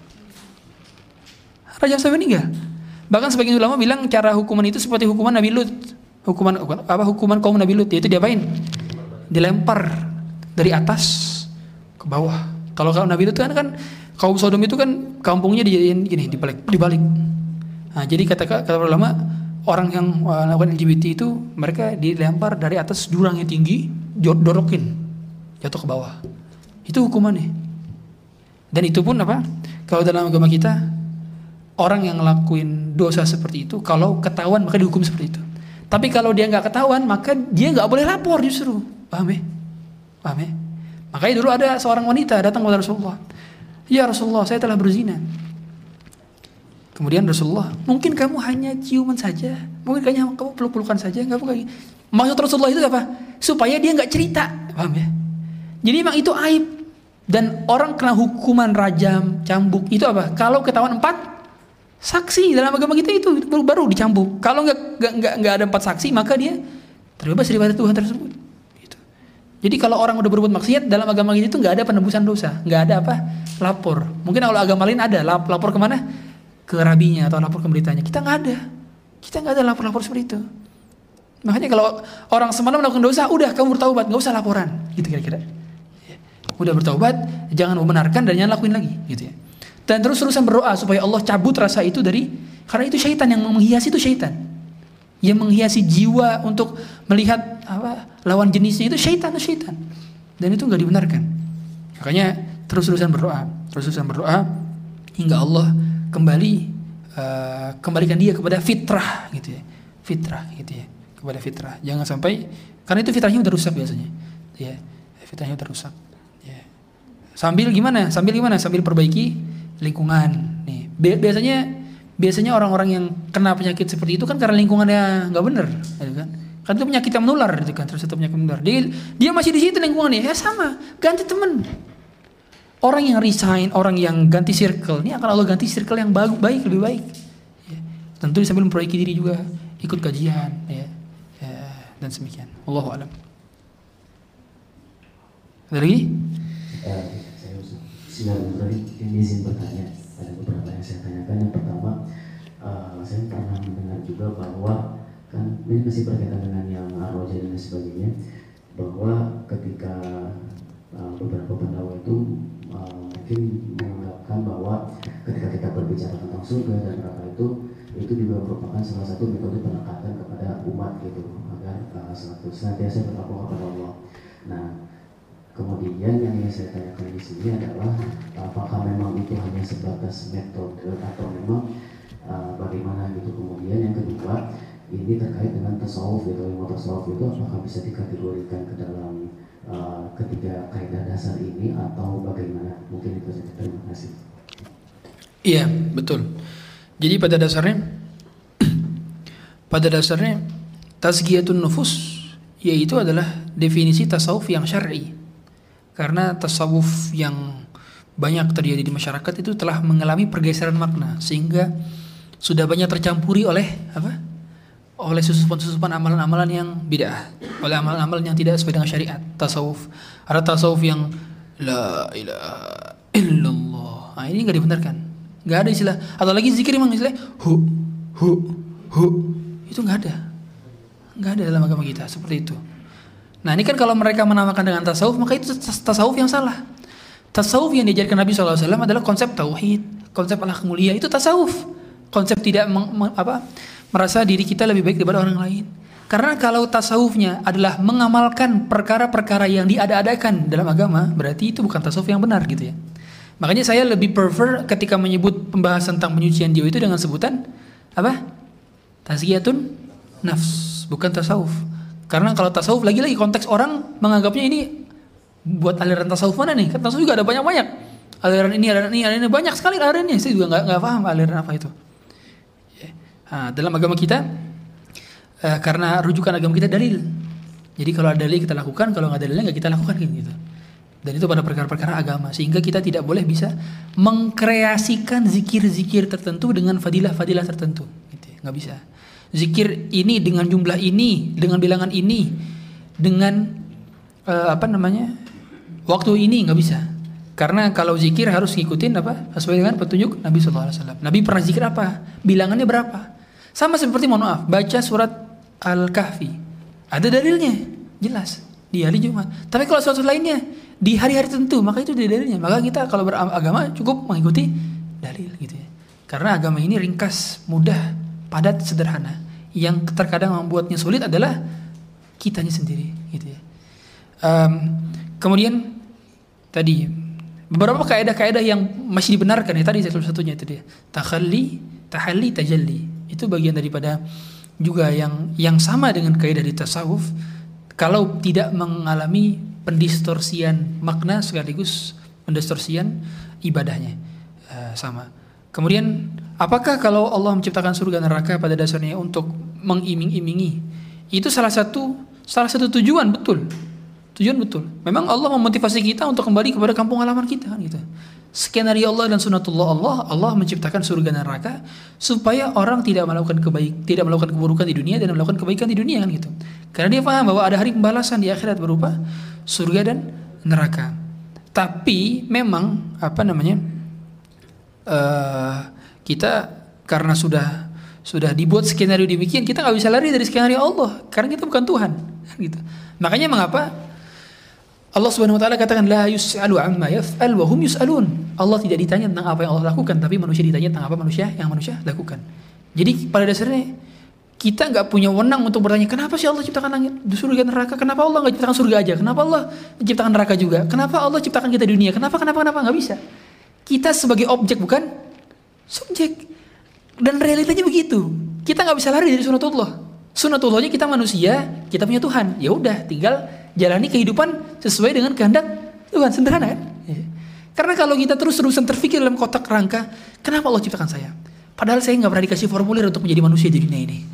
Speaker 1: Bahkan sebagian ulama bilang cara hukuman itu seperti hukuman Nabi Lut. Hukuman kaum Nabi Lut, yaitu diapain? Dilempar dari atas ke bawah. Kalau kaum Nabi Lut kan kaum Sodom itu kan kampungnya dijadiin gini, dibalik. Nah, jadi kata ulama, orang yang melakukan LGBT itu mereka dilempar dari atas jurang yang tinggi, dorokin, jatuh ke bawah. Itu hukumannya. Dan itu pun kalau dalam agama kita, orang yang ngelakuin dosa seperti itu, kalau ketahuan maka dihukum seperti itu. Tapi kalau dia nggak ketahuan, maka dia nggak boleh lapor justru. Paham ya? Makanya dulu ada seorang wanita datang kepada Rasulullah. Ya Rasulullah, saya telah berzina. Kemudian Rasulullah, mungkin kamu hanya ciuman saja, mungkin kamu peluk-pelukan saja, nggak apa-apa. Maksud Rasulullah itu apa? Supaya dia nggak cerita. Paham ya? Jadi memang itu aib. Dan orang kena hukuman rajam, cambuk itu apa? Kalau ketahuan 4 saksi dalam agama kita itu baru dicambuk. Kalau nggak ada 4 saksi, maka dia terbebas daripada Tuhan tersebut. Gitu. Jadi kalau orang udah berbuat maksiat dalam agama kita itu nggak ada penebusan dosa, nggak ada lapor. Mungkin kalau agama lain ada lapor kemana? Ke rabinya atau lapor ke beritanya. Kita nggak ada lapor seperti itu. Makanya kalau orang semalam melakukan dosa, udah kamu bertaubat, nggak usah laporan. Gitu kira-kira. Udah bertaubat, jangan membenarkan dan jangan lakuin lagi, gitu ya. Dan terus-terusan berdoa supaya Allah cabut rasa itu karena itu syaitan yang menghiasi, itu syaitan. Yang menghiasi jiwa untuk melihat lawan jenisnya itu syaitan. Dan itu enggak dibenarkan. Makanya terus-terusan berdoa hingga Allah kembali kembalikan dia kepada fitrah gitu ya. Fitrah gitu ya. Kepada fitrah. Jangan sampai, karena itu fitrahnya udah rusak biasanya. Ya, fitrahnya udah rusak. Ya. Sambil gimana? Sambil perbaiki lingkungan. Nih, biasanya orang-orang yang kena penyakit seperti itu kan karena lingkungannya nggak benar, gitu kan? Kan itu penyakit yang menular, gitu kan? Terus itu penyakit menular. Dia masih di situ lingkungannya, ya sama, ganti teman. Orang yang resign, orang yang ganti circle, ini akan Allah ganti circle yang baik, lebih baik. Ya. Tentu sambil memperbaiki diri juga, ikut kajian, ya, dan semikian. Allahu a'lam. Ada lagi?
Speaker 2: Saya izin bertanya. Ada beberapa yang saya tanyakan. Yang pertama, saya pernah mendengar juga bahwa kan ini masih berkaitan dengan yang arroja dan sebagainya, bahwa ketika beberapa pendakwah itu mungkin menganggapkan bahwa ketika kita berbicara tentang surga dan neraka itu juga merupakan salah satu metode pendekatan kepada umat gitu, agar senantiasa bertakwa kepada Allah. Nah, kemudian yang ingin saya tanyakan di sini adalah apakah memang itu hanya sebatas metode atau memang bagaimana gitu. Kemudian yang kedua, ini terkait dengan tasawuf gitu. Ilmu tasawuf itu apakah bisa dikategorikan ke dalam ketiga kaidah dasar ini atau bagaimana? Mungkin itu saja. Terima kasih.
Speaker 1: Iya, betul. Jadi pada dasarnya tazkiyatun nufus yaitu adalah definisi tasawuf yang syar'i. Karena tasawuf yang banyak terjadi di masyarakat itu telah mengalami pergeseran makna sehingga sudah banyak tercampuri oleh oleh susupan-susupan amalan-amalan yang bid'ah, oleh amalan-amalan yang tidak sesuai dengan syariat. Tasawuf, ada tasawuf yang la ilaha illallah. Nah, ini enggak dibenarkan. Enggak ada istilah, atau lagi zikir memang istilah hu. Itu enggak ada. Enggak ada dalam agama kita seperti itu. Nah, ini kan kalau mereka menamakan dengan tasawuf, maka itu tasawuf yang salah. Tasawuf yang diajarkan Nabi SAW adalah konsep tauhid, konsep akhlak mulia, itu tasawuf. Konsep tidak merasa diri kita lebih baik daripada orang lain. Karena kalau tasawufnya adalah mengamalkan perkara-perkara yang diada-adakan dalam agama, berarti itu bukan tasawuf yang benar gitu ya. Makanya saya lebih prefer ketika menyebut pembahasan tentang penyucian jiwa itu dengan sebutan tazkiyatun nafs, bukan tasawuf. Karena kalau tasawuf lagi-lagi konteks orang menganggapnya ini buat aliran tasawuf mana nih? Kan tasawuf juga ada banyak-banyak. Aliran ini banyak sekali alirannya. Saya juga nggak paham aliran apa itu. Nah, dalam agama kita karena rujukan agama kita dalil. Jadi kalau ada dalil kita lakukan, kalau nggak ada dalilnya nggak kita lakukan gitu. Dan itu pada perkara-perkara agama, sehingga kita tidak boleh bisa mengkreasikan zikir-zikir tertentu dengan fadilah-fadilah tertentu. Gitu. Nggak bisa. Zikir ini dengan jumlah ini, dengan bilangan ini, dengan waktu ini nggak bisa. Karena kalau zikir harus ngikutin sesuai dengan petunjuk Nabi SAW. Nabi pernah zikir apa? Bilangannya berapa? Sama seperti baca surat Al-Kahfi. Ada dalilnya, jelas di hari Jumat. Tapi kalau surat lainnya di hari-hari tertentu, maka itu ada dalilnya. Maka kita kalau beragama cukup mengikuti dalil gitu ya. Karena agama ini ringkas, mudah, padat, sederhana. Yang terkadang membuatnya sulit adalah kitanya sendiri gitu ya. Kemudian tadi beberapa kaidah-kaidah yang masih dibenarkan ya, tadi salah satunya itu dia. Tahalli, tajalli. Itu bagian daripada juga yang sama dengan kaidah di tasawuf. Kalau tidak mengalami pendistorsian makna sekaligus pendistorsian ibadahnya sama. Kemudian apakah kalau Allah menciptakan surga dan neraka pada dasarnya untuk mengiming-imingi? Itu salah satu tujuan betul. Tujuan betul. Memang Allah memotivasi kita untuk kembali kepada kampung halaman kita kan gitu. Skenario Allah dan sunatullah Allah menciptakan surga dan neraka supaya orang tidak melakukan keburukan di dunia dan melakukan kebaikan di dunia kan gitu. Karena dia paham bahwa ada hari pembalasan di akhirat berupa surga dan neraka. Tapi memang kita karena sudah dibuat skenario demikian, kita nggak bisa lari dari skenario Allah karena kita bukan Tuhan gitu. Makanya mengapa Allah Subhanahu wa taala katakan la yus'alu amma yaf'al wa hum yus'alun. Allah tidak ditanya tentang apa yang Allah lakukan, tapi manusia ditanya tentang apa yang manusia lakukan. Jadi pada dasarnya kita nggak punya wewenang untuk bertanya kenapa sih Allah ciptakan langit, surga, neraka? Kenapa Allah nggak ciptakan surga aja? Kenapa Allah menciptakan neraka juga? Kenapa Allah ciptakan kita dunia? Kenapa nggak bisa? Kita sebagai objek bukan subjek. Dan realitanya begitu. Kita nggak bisa lari dari sunatullah. Sunatullahnya kita manusia, kita punya Tuhan. Ya udah, tinggal jalani kehidupan sesuai dengan kehendak Tuhan. Sederhana kan? Ya. Karena kalau kita terus-terusan terfikir dalam kotak rangka, kenapa Allah ciptakan saya? Padahal saya nggak pernah dikasih formulir untuk menjadi manusia di dunia ini.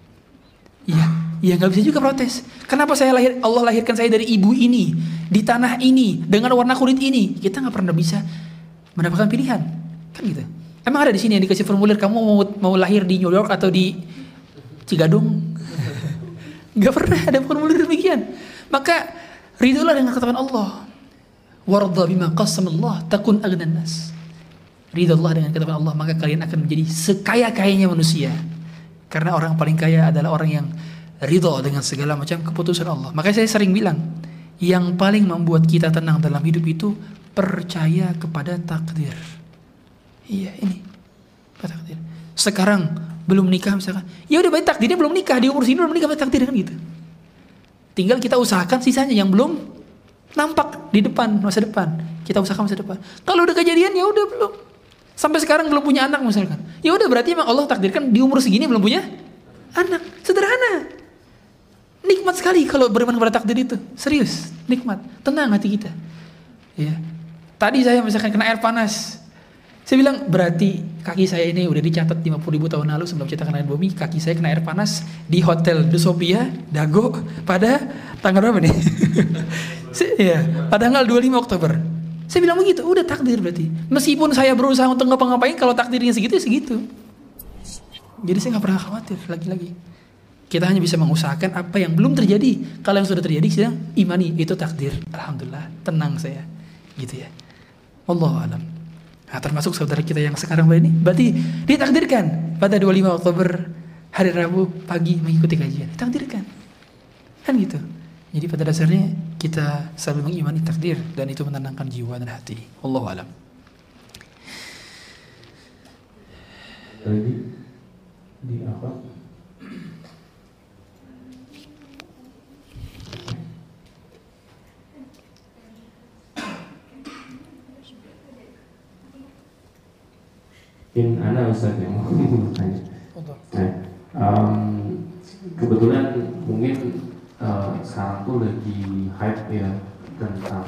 Speaker 1: Iya nggak bisa juga protes. Kenapa Allah lahirkan saya dari ibu ini, di tanah ini, dengan warna kulit ini? Kita nggak pernah bisa mendapatkan pilihan, kan gitu. Emang ada di sini yang dikasih formulir kamu mau lahir di New York atau di Cigadung? Nggak pernah ada formulir demikian. Maka ridholah dengan ketetapan Allah. Warda bima qasamallah takun aghnan nas. Ridholah dengan ketetapan Allah, maka kalian akan menjadi sekaya-kayanya manusia. Karena orang paling kaya adalah orang yang ridho dengan segala macam keputusan Allah. Makanya saya sering bilang, yang paling membuat kita tenang dalam hidup itu percaya kepada takdir. Iya, ini takdir. Sekarang belum nikah misalkan, ya udah baik takdirnya belum nikah, di umur sini belum nikah, takdir kan gitu. Tinggal kita usahakan sisanya yang belum nampak di depan, masa depan. Kita usahakan masa depan. Kalau udah kejadian ya udah belum. Sampai sekarang belum punya anak misalkan. Ya udah berarti memang Allah takdirkan di umur segini belum punya anak. Sederhana. Nikmat sekali kalau beriman kepada takdir itu. Serius, nikmat. Tenang hati kita. Ya. Tadi saya misalkan kena air panas. Saya bilang berarti kaki saya ini udah dicatat 50.000 tahun lalu sebelum ciptakan langit bumi. Kaki saya kena air panas di Hotel The Sophia, Dago pada tanggal berapa nih? Ya, pada tanggal 25 Oktober. Saya bilang begitu, udah takdir berarti. Meskipun saya berusaha untuk ngapa-ngapain, kalau takdirnya segitu ya segitu. Jadi saya nggak pernah khawatir lagi-lagi. Kita hanya bisa mengusahakan apa yang belum terjadi. Kalau yang sudah terjadi, sedang imani itu takdir. Alhamdulillah, tenang saya, gitu ya. Wallahu a'lam. Nah, termasuk saudara kita yang sekarang ini, berarti ditakdirkan pada 25 Oktober hari Rabu pagi mengikuti kajian. Ditakdirkan, kan gitu. Jadi pada dasarnya kita selalu mengimani takdir dan itu menenangkan jiwa dan hati. Wallahu a'lam.
Speaker 3: Lagi di apa? Mungkin Anda Ustaz yang mau bertanya. Nah, kebetulan mungkin sekarang tuh lagi hype ya tentang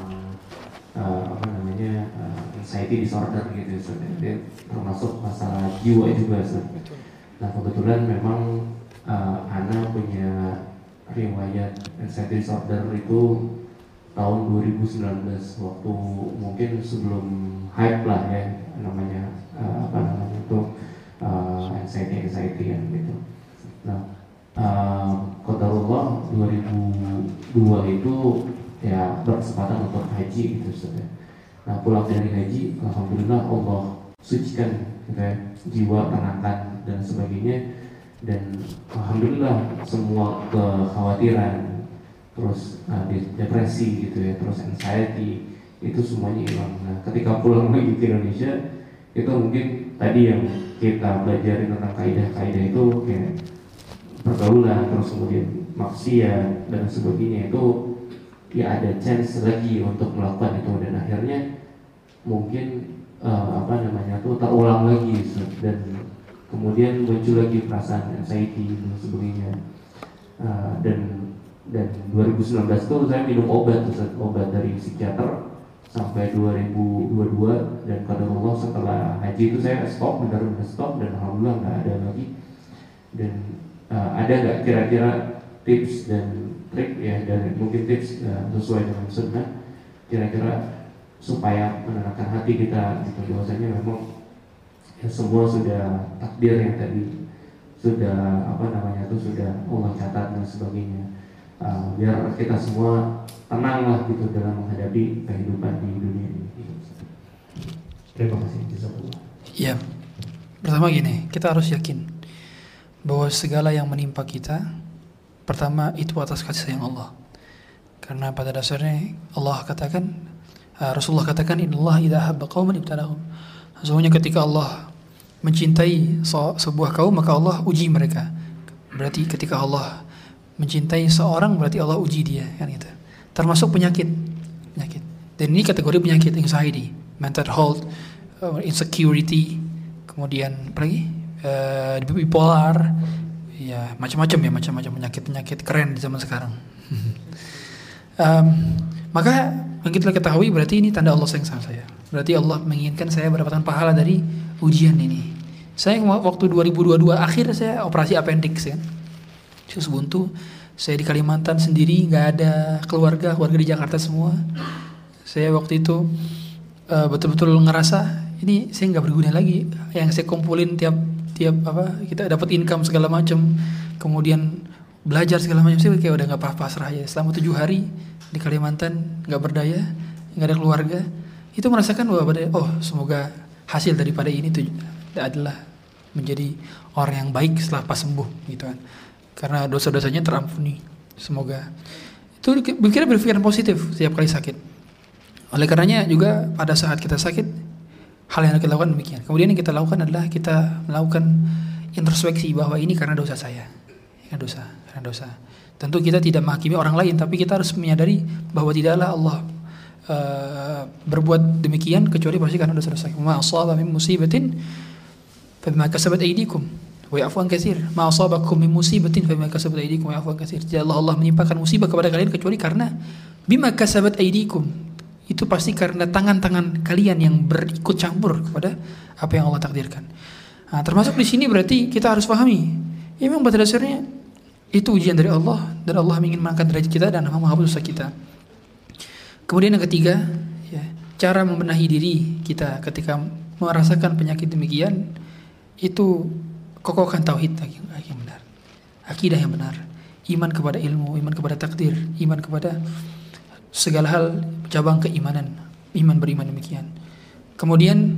Speaker 3: anxiety disorder gitu, termasuk masalah jiwa juga. Nah kebetulan memang Ana punya riwayat anxiety disorder itu tahun 2019 waktu mungkin sebelum hype lah ya namanya anxiety yang gitu. Nah qadarullah 2002 itu ya berkesempatan untuk haji gitu saudara. Nah pulang dari haji, alhamdulillah Allah sucikan gitu ya, jiwa, tenangkan dan sebagainya, dan alhamdulillah semua kekhawatiran, terus depresi gitu ya, terus anxiety itu semuanya hilang. Nah ketika pulang lagi ke Indonesia itu mungkin tadi yang kita belajarin tentang kaidah-kaidah itu kayak pergaulan, terus kemudian maksiat dan sebagainya itu ya ada chance lagi untuk melakukan itu, dan akhirnya mungkin terulang lagi dan kemudian muncul lagi perasaan anxiety dan sebagainya. Dan 2019 itu saya minum obat dari psikiater sampai 2022, dan qadarullah setelah haji itu saya stop, benar-benar stop, dan alhamdulillah nggak ada lagi. Dan ada nggak kira-kira tips dan trik ya, dan mungkin tips sesuai dengan sunnah kira-kira supaya menenangkan hati kita gitu, bahwasanya memang ya semua sudah takdir yang tadi sudah sudah Allah catat dan sebagainya, biar kita semua tenang lah gitu dalam menghadapi kehidupan di dunia ini. Terima kasih.
Speaker 1: Ya, pertama gini, kita harus yakin bahwa segala yang menimpa kita pertama itu atas kasih sayang Allah. Karena pada dasarnya Allah katakan, Rasulullah katakan, innallaha idza ahabba qauman ibtalahum. Sesungguhnya ketika Allah mencintai sebuah kaum, maka Allah uji mereka. Berarti ketika Allah mencintai seorang, berarti Allah uji dia, kan gitu. Termasuk penyakit. Dan ini kategori penyakit anxiety, mental health, insecurity, kemudian apa lagi? bipolar, ya macam-macam penyakit keren di zaman sekarang. Maka yang kita ketahui berarti ini tanda Allah sayang sama saya. Berarti Allah menginginkan saya mendapatkan pahala dari ujian ini. Saya waktu 2022 akhir saya operasi appendix ya. Usus buntu. Saya di Kalimantan sendiri, nggak ada keluarga di Jakarta semua. Saya waktu itu betul-betul ngerasa ini saya nggak berguna lagi. Yang saya kumpulin tiap kita dapat income segala macam, kemudian belajar segala macam, saya kayak udah nggak pasrah ya. Selama 7 hari di Kalimantan nggak berdaya, nggak ada keluarga, itu merasakan bahwa semoga hasil daripada ini tuh adalah menjadi orang yang baik setelah pas sembuh gitu kan, karena dosa-dosanya terampuni, semoga. Itu berpikiran positif setiap kali sakit. Oleh karenanya juga pada saat kita sakit, hal yang kita lakukan demikian. Kemudian yang kita lakukan adalah kita melakukan introspeksi bahwa ini karena dosa saya, karena dosa. Tentu kita tidak menghakimi orang lain, tapi kita harus menyadari bahwa tidaklah Allah berbuat demikian kecuali pasti karena dosa-dosa. Ma asaba min musibatin fabima kasabat aydikum wa ya'fu an katsir. Ma asabakum min musibatin fabima kasabat aydikum wa ya'fu an katsir. Tidaklah Allah menimpakan musibah kepada kalian kecuali karena bima kasabat aydikum. Itu pasti karena tangan-tangan kalian yang berikut campur kepada apa yang Allah takdirkan. Nah, termasuk di sini berarti kita harus pahami, ya memang pada dasarnya itu ujian dari Allah dan Allah ingin mengangkat derajat kita dan menghapus dosa kita. Kemudian yang ketiga, ya, cara membenahi diri kita ketika merasakan penyakit demikian itu kokohkan tauhid yang benar, akidah yang benar, iman kepada ilmu, iman kepada takdir, iman kepada segala hal cabang keimanan, iman beriman demikian. Kemudian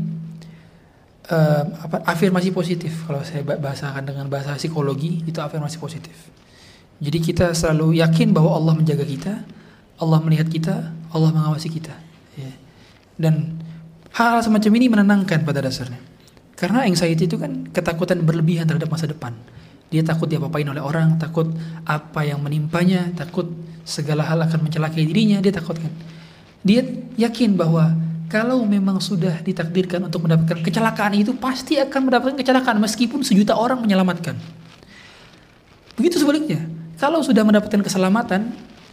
Speaker 1: afirmasi positif, kalau saya bahasakan dengan bahasa psikologi itu afirmasi positif. Jadi kita selalu yakin bahwa Allah menjaga kita, Allah melihat kita, Allah mengawasi kita, ya. Dan hal semacam ini menenangkan pada dasarnya. Karena anxiety itu kan ketakutan berlebihan terhadap masa depan. Dia takut diapa-apain oleh orang, takut apa yang menimpanya, takut segala hal akan mencelakai dirinya, dia takutkan. Dia yakin bahwa kalau memang sudah ditakdirkan untuk mendapatkan kecelakaan itu pasti akan mendapatkan kecelakaan meskipun 1.000.000 orang menyelamatkan. Begitu sebaliknya, kalau sudah mendapatkan keselamatan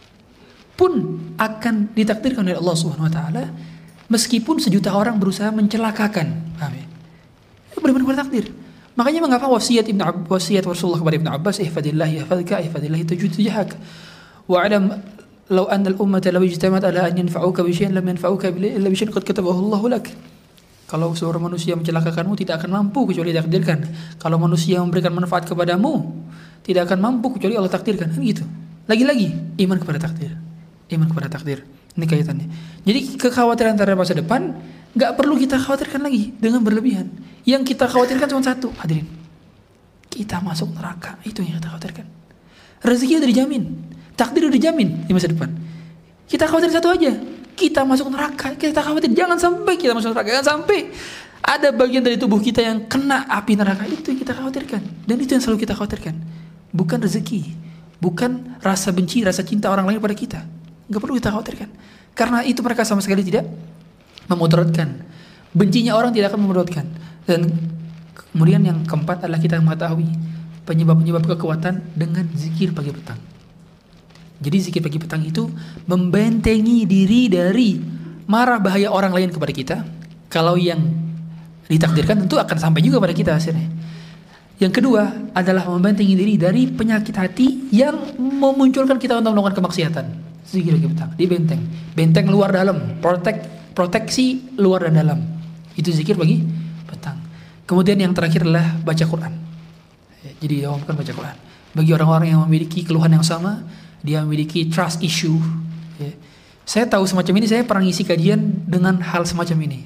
Speaker 1: pun akan ditakdirkan oleh Allah Subhanahu wa taala meskipun 1.000.000 orang berusaha mencelakakan. Amin. Itu benar-benar takdir. Makanya mengapa wasiat Rasulullah kepada Ibnu Abbas, ihfadillah yahfadka, ihfadillah tajid tujahak. Wa alam law anna al-ummata law ijtamat ala an yanfa'uka bi syai'in lam yanfa'uka illa bi syai'in qad katabahu Allah lak. Kalau seorang manusia mencelakakanmu tidak akan mampu kecuali ditakdirkan. Kalau manusia memberikan manfaat kepadamu tidak akan mampu kecuali Allah takdirkan. Kan gitu. Lagi-lagi iman kepada takdir. Iman kepada takdir. Ini kaitannya. Jadi kekhawatiran terhadap masa depan enggak perlu kita khawatirkan lagi dengan berlebihan. Yang kita khawatirkan cuma satu, hadirin. Kita masuk neraka, itu yang kita khawatirkan. Rezeki udah dijamin, takdir udah dijamin di masa depan. Kita khawatir satu aja, kita masuk neraka. Kita khawatir jangan sampai kita masuk neraka, jangan sampai ada bagian dari tubuh kita yang kena api neraka. Itu yang kita khawatirkan. Dan itu yang selalu kita khawatirkan. Bukan rezeki, bukan rasa benci, rasa cinta orang lain pada kita. Enggak perlu kita khawatirkan. Karena itu mereka sama sekali tidak memudaratkan. Bencinya orang tidak akan memudaratkan. Dan kemudian yang keempat adalah kita mengetahui penyebab-penyebab kekuatan dengan zikir pagi petang. Jadi zikir pagi petang itu membentengi diri dari marah bahaya orang lain kepada kita. Kalau yang ditakdirkan tentu akan sampai juga pada kita hasilnya. Yang kedua adalah membentengi diri dari penyakit hati yang memunculkan kita untuk melakukan kemaksiatan. Zikir pagi petang, di benteng luar dalam, proteksi luar dan dalam. Itu zikir pagi petang. Kemudian yang terakhir adalah baca Quran. Jadi bukan baca Quran. Bagi orang-orang yang memiliki keluhan yang sama, dia memiliki trust issue. Saya tahu semacam ini, saya pernah ngisi kajian dengan hal semacam ini.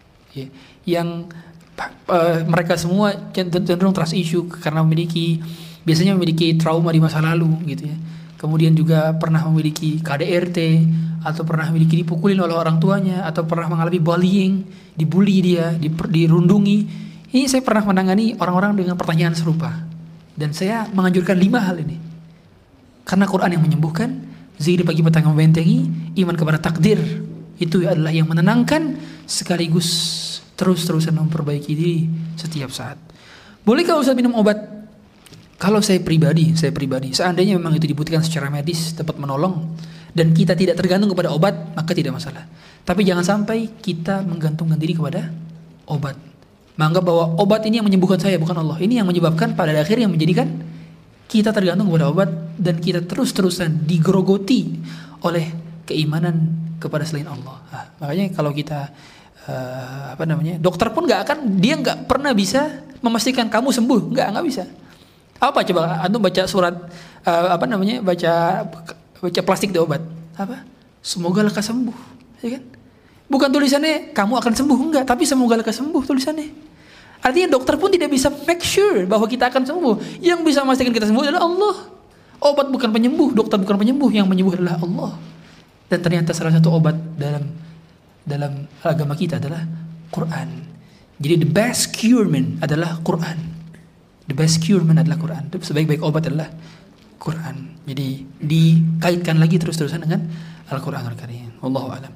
Speaker 1: Yang mereka semua cenderung trust issue karena biasanya memiliki trauma di masa lalu gitu ya. Kemudian juga pernah memiliki KDRT atau pernah memiliki dipukulin oleh orang tuanya atau pernah mengalami bullying, dibully dia, dirundungi. Ini saya pernah menangani orang-orang dengan pertanyaan serupa. Dan saya menganjurkan 5 hal ini. Karena Quran yang menyembuhkan, zikir pagi petang yang membentengi, iman kepada takdir. Itu adalah yang menenangkan sekaligus terus-terusan memperbaiki diri setiap saat. Bolehkah Ustaz minum obat? Kalau saya pribadi, seandainya memang itu dibutuhkan secara medis, dapat menolong, dan kita tidak tergantung kepada obat, maka tidak masalah. Tapi jangan sampai kita menggantungkan diri kepada obat. Menganggap bahwa obat ini yang menyembuhkan saya, bukan Allah. Ini yang menyebabkan pada akhirnya yang menjadikan kita tergantung kepada obat, dan kita terus-terusan digerogoti oleh keimanan kepada selain Allah. Nah, makanya kalau kita dokter pun dia nggak pernah bisa memastikan kamu sembuh, nggak bisa. Apa coba antum baca surat baca plastik di obat, apa? Semoga lekas sembuh, ya kan? Bukan tulisannya kamu akan sembuh, enggak, tapi semoga lekas sembuh tulisannya. Artinya dokter pun tidak bisa make sure bahwa kita akan sembuh. Yang bisa memastikan kita sembuh adalah Allah. Obat bukan penyembuh, dokter bukan penyembuh, yang menyembuh adalah Allah. Dan ternyata salah satu obat dalam agama kita adalah Quran. Jadi the best cure adalah Quran. The best cure adalah Quran. Sebaik-baik obat adalah Quran. Jadi dikaitkan lagi terus-terusan dengan Al-Quran Al-Karim. Wallahu a'lam.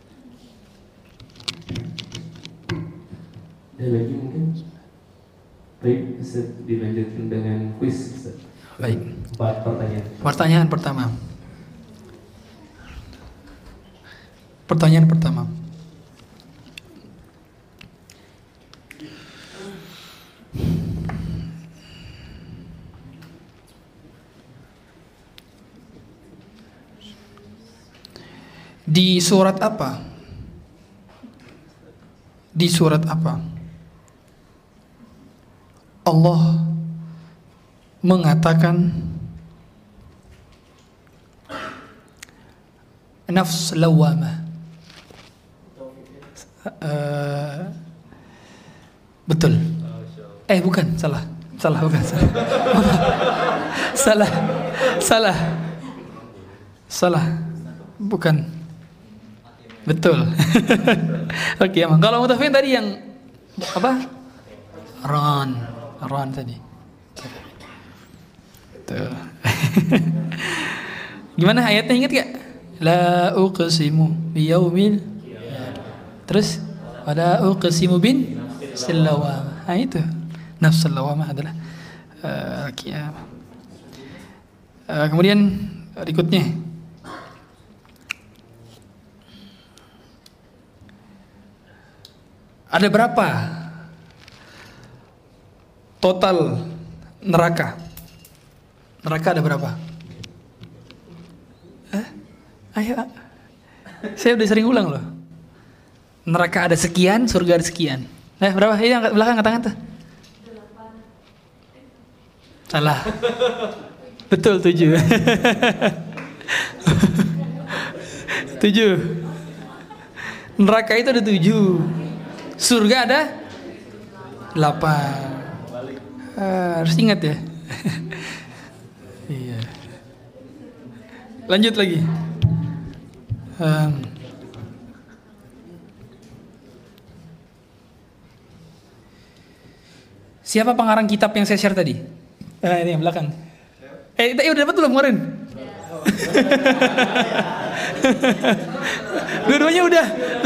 Speaker 2: Ada lagi mungkin? Baik, Ustaz, dilanjutkan dengan kuis, Ustaz.
Speaker 1: Baik.
Speaker 2: 4 pertanyaan.
Speaker 1: Pertanyaan pertama. Di surat apa? Allah mengatakan nafs lawamah. Betul. Bukan, salah. Bukan. Betul. Oke, emang. Kalau mutafin tadi yang apa? Ran tadi. Tuh. Gimana ayatnya, ingat gak? La uqsimu biyaumil. Terus wala uqsimu bin silawamah. Itu. Nafsul lawamah adalah qiyamah. Kemudian berikutnya ada berapa total neraka? Neraka ada berapa? Ayo, saya udah sering ulang loh. Neraka ada sekian, surga ada sekian. Berapa? Ini angkat belakang, angkat tangan tuh. 8. Salah. Betul, 7. 7. Neraka itu ada 7. Surga ada 8. Harus ingat ya. Iya. Lanjut lagi. Siapa pengarang kitab yang saya share tadi? Ini yang belakang. Udah dapat belum kemarin? Dua-duanya udah.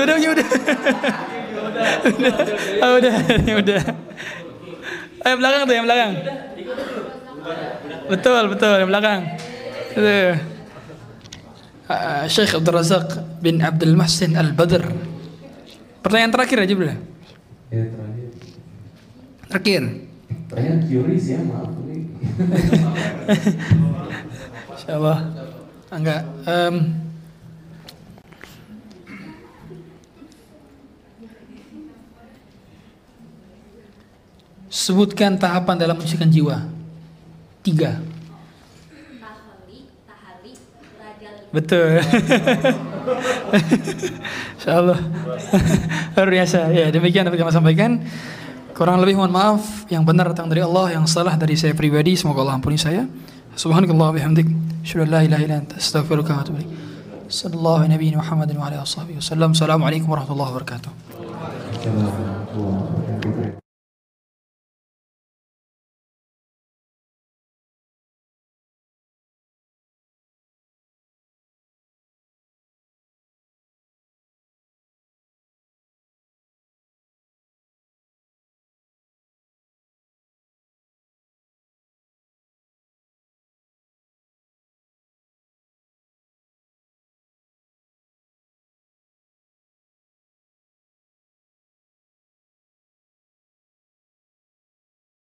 Speaker 1: Udah. Yang belakang tuh, yang belakang. Betul, yang belakang. Syekh Abdul Razak bin Abdul Muhsin Al-Badr. Pertanyaan terakhir aja boleh?
Speaker 2: Ya, terakhir. Pertanyaan curious ya, maaf ini.
Speaker 1: Insyaallah. Enggak. Sebutkan tahapan dalam menyucikan jiwa. 3.
Speaker 5: Tahali, rajal.
Speaker 1: Betul. Insyaallah. Luar biasa. Ya, demikian dapat kami sampaikan. Kurang lebih mohon maaf. Yang benar datang dari Allah, yang salah dari saya pribadi. Semoga Allah ampuni saya. Subhanakallah bihamdik. Asyhadu an la ilaha illa anta astaghfiruka wa atubu ilaik. Sallallahu alaihi Muhammadin wa alihi wasallam. Assalamualaikum warahmatullahi wabarakatuh.